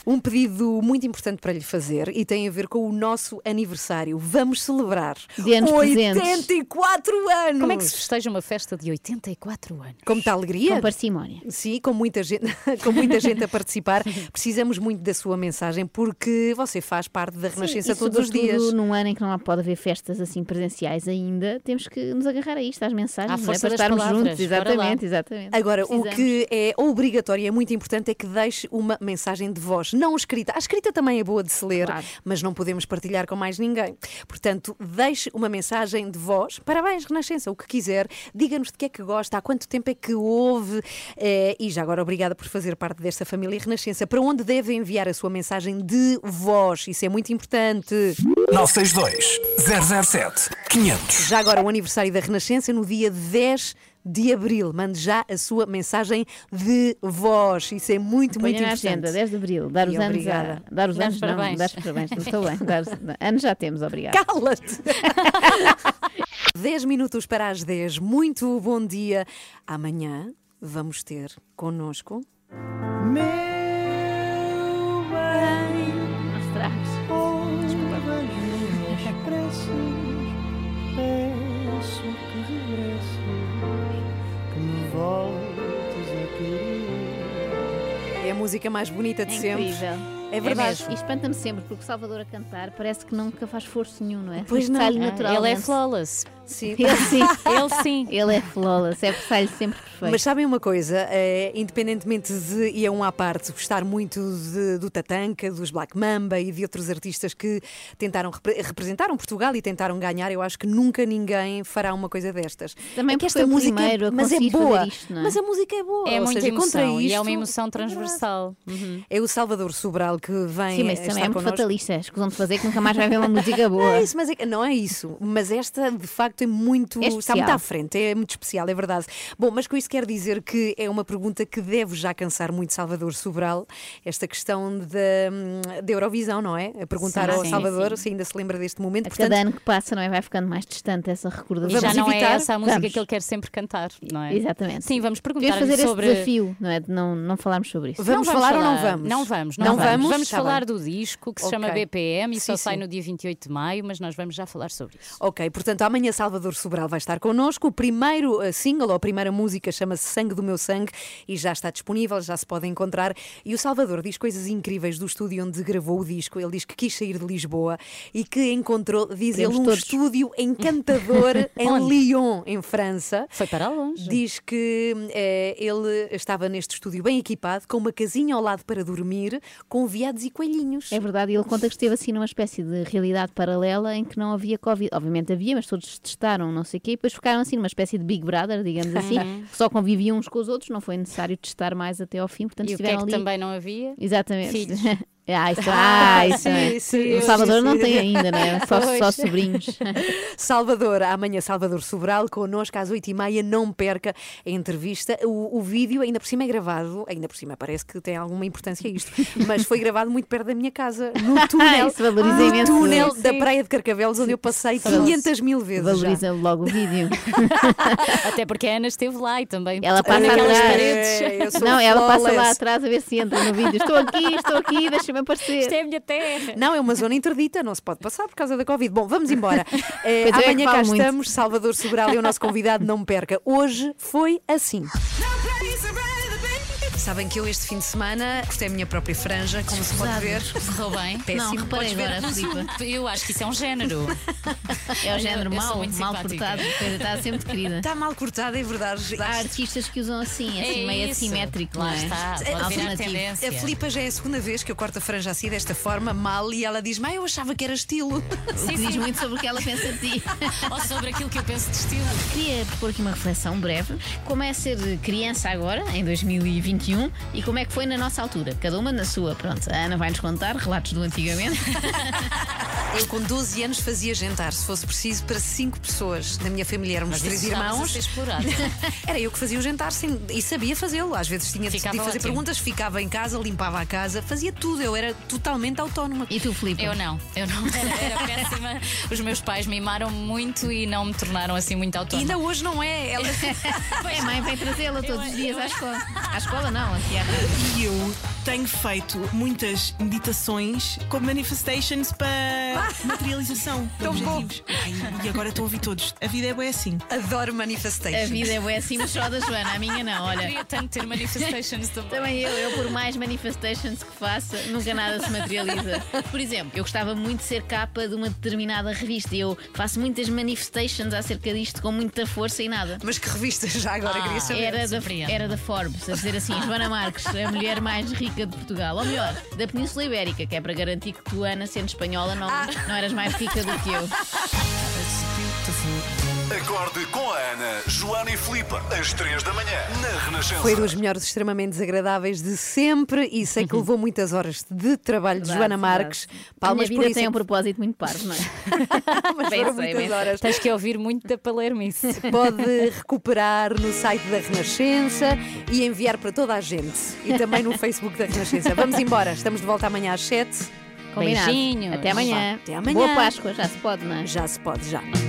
Um pedido muito importante para lhe fazer e tem a ver com o nosso aniversário. Vamos celebrar Dê-nos 84 anos! Como é que se festeja uma festa de 84 anos? Com muita alegria? Com parcimónia. Sim, com muita gente, com muita gente a participar. Precisamos muito da sua mensagem porque você faz parte da Renascença todos os dias. Num ano em que não pode haver festas assim presenciais ainda, temos que nos agarrar a isto, às mensagens, força para das estarmos palavras. juntos. Exatamente. Agora, o que é obrigatório e é muito importante é que deixe uma mensagem de voz, não escrita. A escrita também é boa de se ler, mas não podemos partilhar com mais ninguém. Portanto, deixe uma mensagem de voz. Parabéns, Renascença, o que quiser. Diga-nos de que é que gosta, há quanto tempo é que ouve. E já agora, obrigada por fazer parte desta família Renascença. Para onde deve enviar a sua mensagem de voz? Isso é muito importante. 962 007 500. Já agora, o aniversário da Renascença no dia 10 de Abril. Mande já a sua mensagem de voz. Isso é muito Ponha importante. na agenda, 10 de Abril. Dar os anos. Dar os anos, não. Dar os parabéns. Não estou bem. Anos já temos, obrigada. Cala-te! 10 minutos para as 10. Muito bom dia. Amanhã vamos ter connosco. Não estragues. É a música mais bonita de sempre. Incrível. É verdade. E espanta-me sempre, porque o Salvador a cantar parece que nunca faz esforço nenhum, não é? Pois não. Sai-lhe naturalmente. Ele é flawless. Sim. Ele sim. Ele sim. Ele é flawless, é porque sai-lhe sempre perfeito. Mas sabem uma coisa, independentemente de, e é um à parte, gostar muito do Tatanka, dos Black Mamba e de outros artistas que tentaram representaram Portugal e tentaram ganhar, eu acho que nunca ninguém fará uma coisa destas. Também porque esta foi música primeiro a mas é conseguir boa. fazer isto, não é? Mas a música é boa. É ou muita seja, emoção contra isto, e é uma emoção transversal. É o Salvador Sobral que vem. Sim, mas também é muito connosco. fatalista. Escusam de fazer que nunca mais vai haver uma música boa. Não é isso, mas não é isso. Mas esta, de facto, é muito. Está muito à frente, é muito especial, é verdade. Bom, mas com isso quer dizer que é uma pergunta que deve já cansar muito Salvador Sobral, esta questão da Eurovisão, não é? A perguntar ao Salvador se ainda se lembra deste momento. Portanto, cada ano que passa, não é? Vai ficando mais distante essa recordação. E já não é essa a música que ele quer sempre cantar, não é? Exatamente. Sim, vamos perguntar fazer sobre esse desafio, não é? De não falarmos sobre isso. Vamos falar ou não vamos? Não vamos. Vamos falar do disco que se chama BPM e só sai no dia 28 de maio, mas nós vamos já falar sobre isso. Ok, portanto, amanhã Salvador Sobral vai estar connosco. O primeiro single, ou a primeira música, chama-se Sangue do Meu Sangue e já está disponível, já se pode encontrar. E o Salvador diz coisas incríveis do estúdio onde gravou o disco. Ele diz que quis sair de Lisboa e que encontrou, diz ele, um estúdio encantador em Lyon, em França. Foi para longe. Diz que ele estava neste estúdio bem equipado, com uma casinha ao lado para dormir, com veados e coelhinhos. É verdade, e ele conta que esteve assim numa espécie de realidade paralela em que não havia Covid. Obviamente havia, mas todos testaram, não sei o quê, e depois ficaram assim numa espécie de Big Brother, digamos assim, que só conviviam uns com os outros, não foi necessário testar mais até ao fim. Portanto, e o que é que também não havia? Exatamente. Filhos. O Salvador não tem ainda, não é? Só sobrinhos. Amanhã Salvador Sobral, connosco às 8h30, não perca a entrevista. O vídeo, ainda por cima é gravado, ainda por cima parece que tem alguma importância isto, mas foi gravado muito perto da minha casa, no túnel da Praia de Carcavelos, onde eu passei 500 mil vezes. Valoriza logo o vídeo. Até porque a Ana esteve lá e também ela passa naquelas paredes. Ela passa lá atrás a ver se entra no vídeo. Estou aqui, deixa-me aparecer. Isto é a minha terra. Não, é uma zona interdita, não se pode passar por causa da Covid. Bom, vamos embora. Amanhã cá estamos, Salvador Sobral é o nosso convidado, não me perca. Hoje foi assim. Sabem que eu este fim de semana cortei a minha própria franja, como se pode ver. Correu bem? Péssimo. Não, reparei agora, Filipe. Eu acho que isso é um género. É o género mal cortado. Está sempre querida. Está mal cortado, é verdade. Há artistas que usam assim, meio assimétrico. Lá não é? está, pode virar tendência. A Filipa já é a segunda vez que eu corto a franja assim, desta forma, mal, e ela diz-me, eu achava que era estilo. O que diz muito sobre o que ela pensa de ti. Ou sobre aquilo que eu penso de estilo. Queria propor aqui uma reflexão breve. Como é ser criança agora, em 2021, e como é que foi na nossa altura? Cada uma na sua. Pronto, a Ana vai-nos contar relatos do antigamente. Eu com 12 anos fazia jantar, se fosse preciso, para 5 pessoas. Na minha família éramos 3 irmãos. Era eu que fazia o jantar e sabia fazê-lo. Às vezes tinha de fazer perguntas, ficava em casa, limpava a casa, fazia tudo. Eu era totalmente autónoma. E tu, Filipe? Eu não. Era péssima. Os meus pais mimaram-me muito e não me tornaram assim muito autónoma. E ainda hoje não é. A mãe vem trazê-la todos os dias à escola. À escola não, aqui à rádio. E eu tenho feito muitas meditações com manifestations para materialização de objetivos. E agora estou a ouvir todos. A vida é bem assim. Adoro manifestations. A vida é bem assim, mas só da Joana. A minha não, olha. Queria tanto ter manifestations também. Também eu, por mais manifestations que faça, nunca nada se materializa. Por exemplo, eu gostava muito de ser capa de uma determinada revista e eu faço muitas manifestations acerca disto com muita força e nada. Mas que revista já agora queria saber? Era da Forbes, a dizer assim, Joana Marques, a mulher mais rica de Portugal. Ou melhor, da Península Ibérica, que é para garantir que tu, Ana, sendo espanhola, não eras mais rica do que eu. Acorde com a Ana, Joana e Filipe, às 3 da manhã, na Renascença. Foi dos melhores extremamente desagradáveis de sempre e sei que levou muitas horas de trabalho de Joana Marques. Palmas por isso. Tem um propósito muito parvo, não é? Mas foram muitas horas. Tens que ouvir muito da Palermice. Pode recuperar no site da Renascença e enviar para toda a gente. E também no Facebook da Renascença. Vamos embora, estamos de volta amanhã às 7. Combinado. Beijinhos. Até amanhã. Até amanhã. Boa Páscoa, já se pode, não é? Já se pode, já.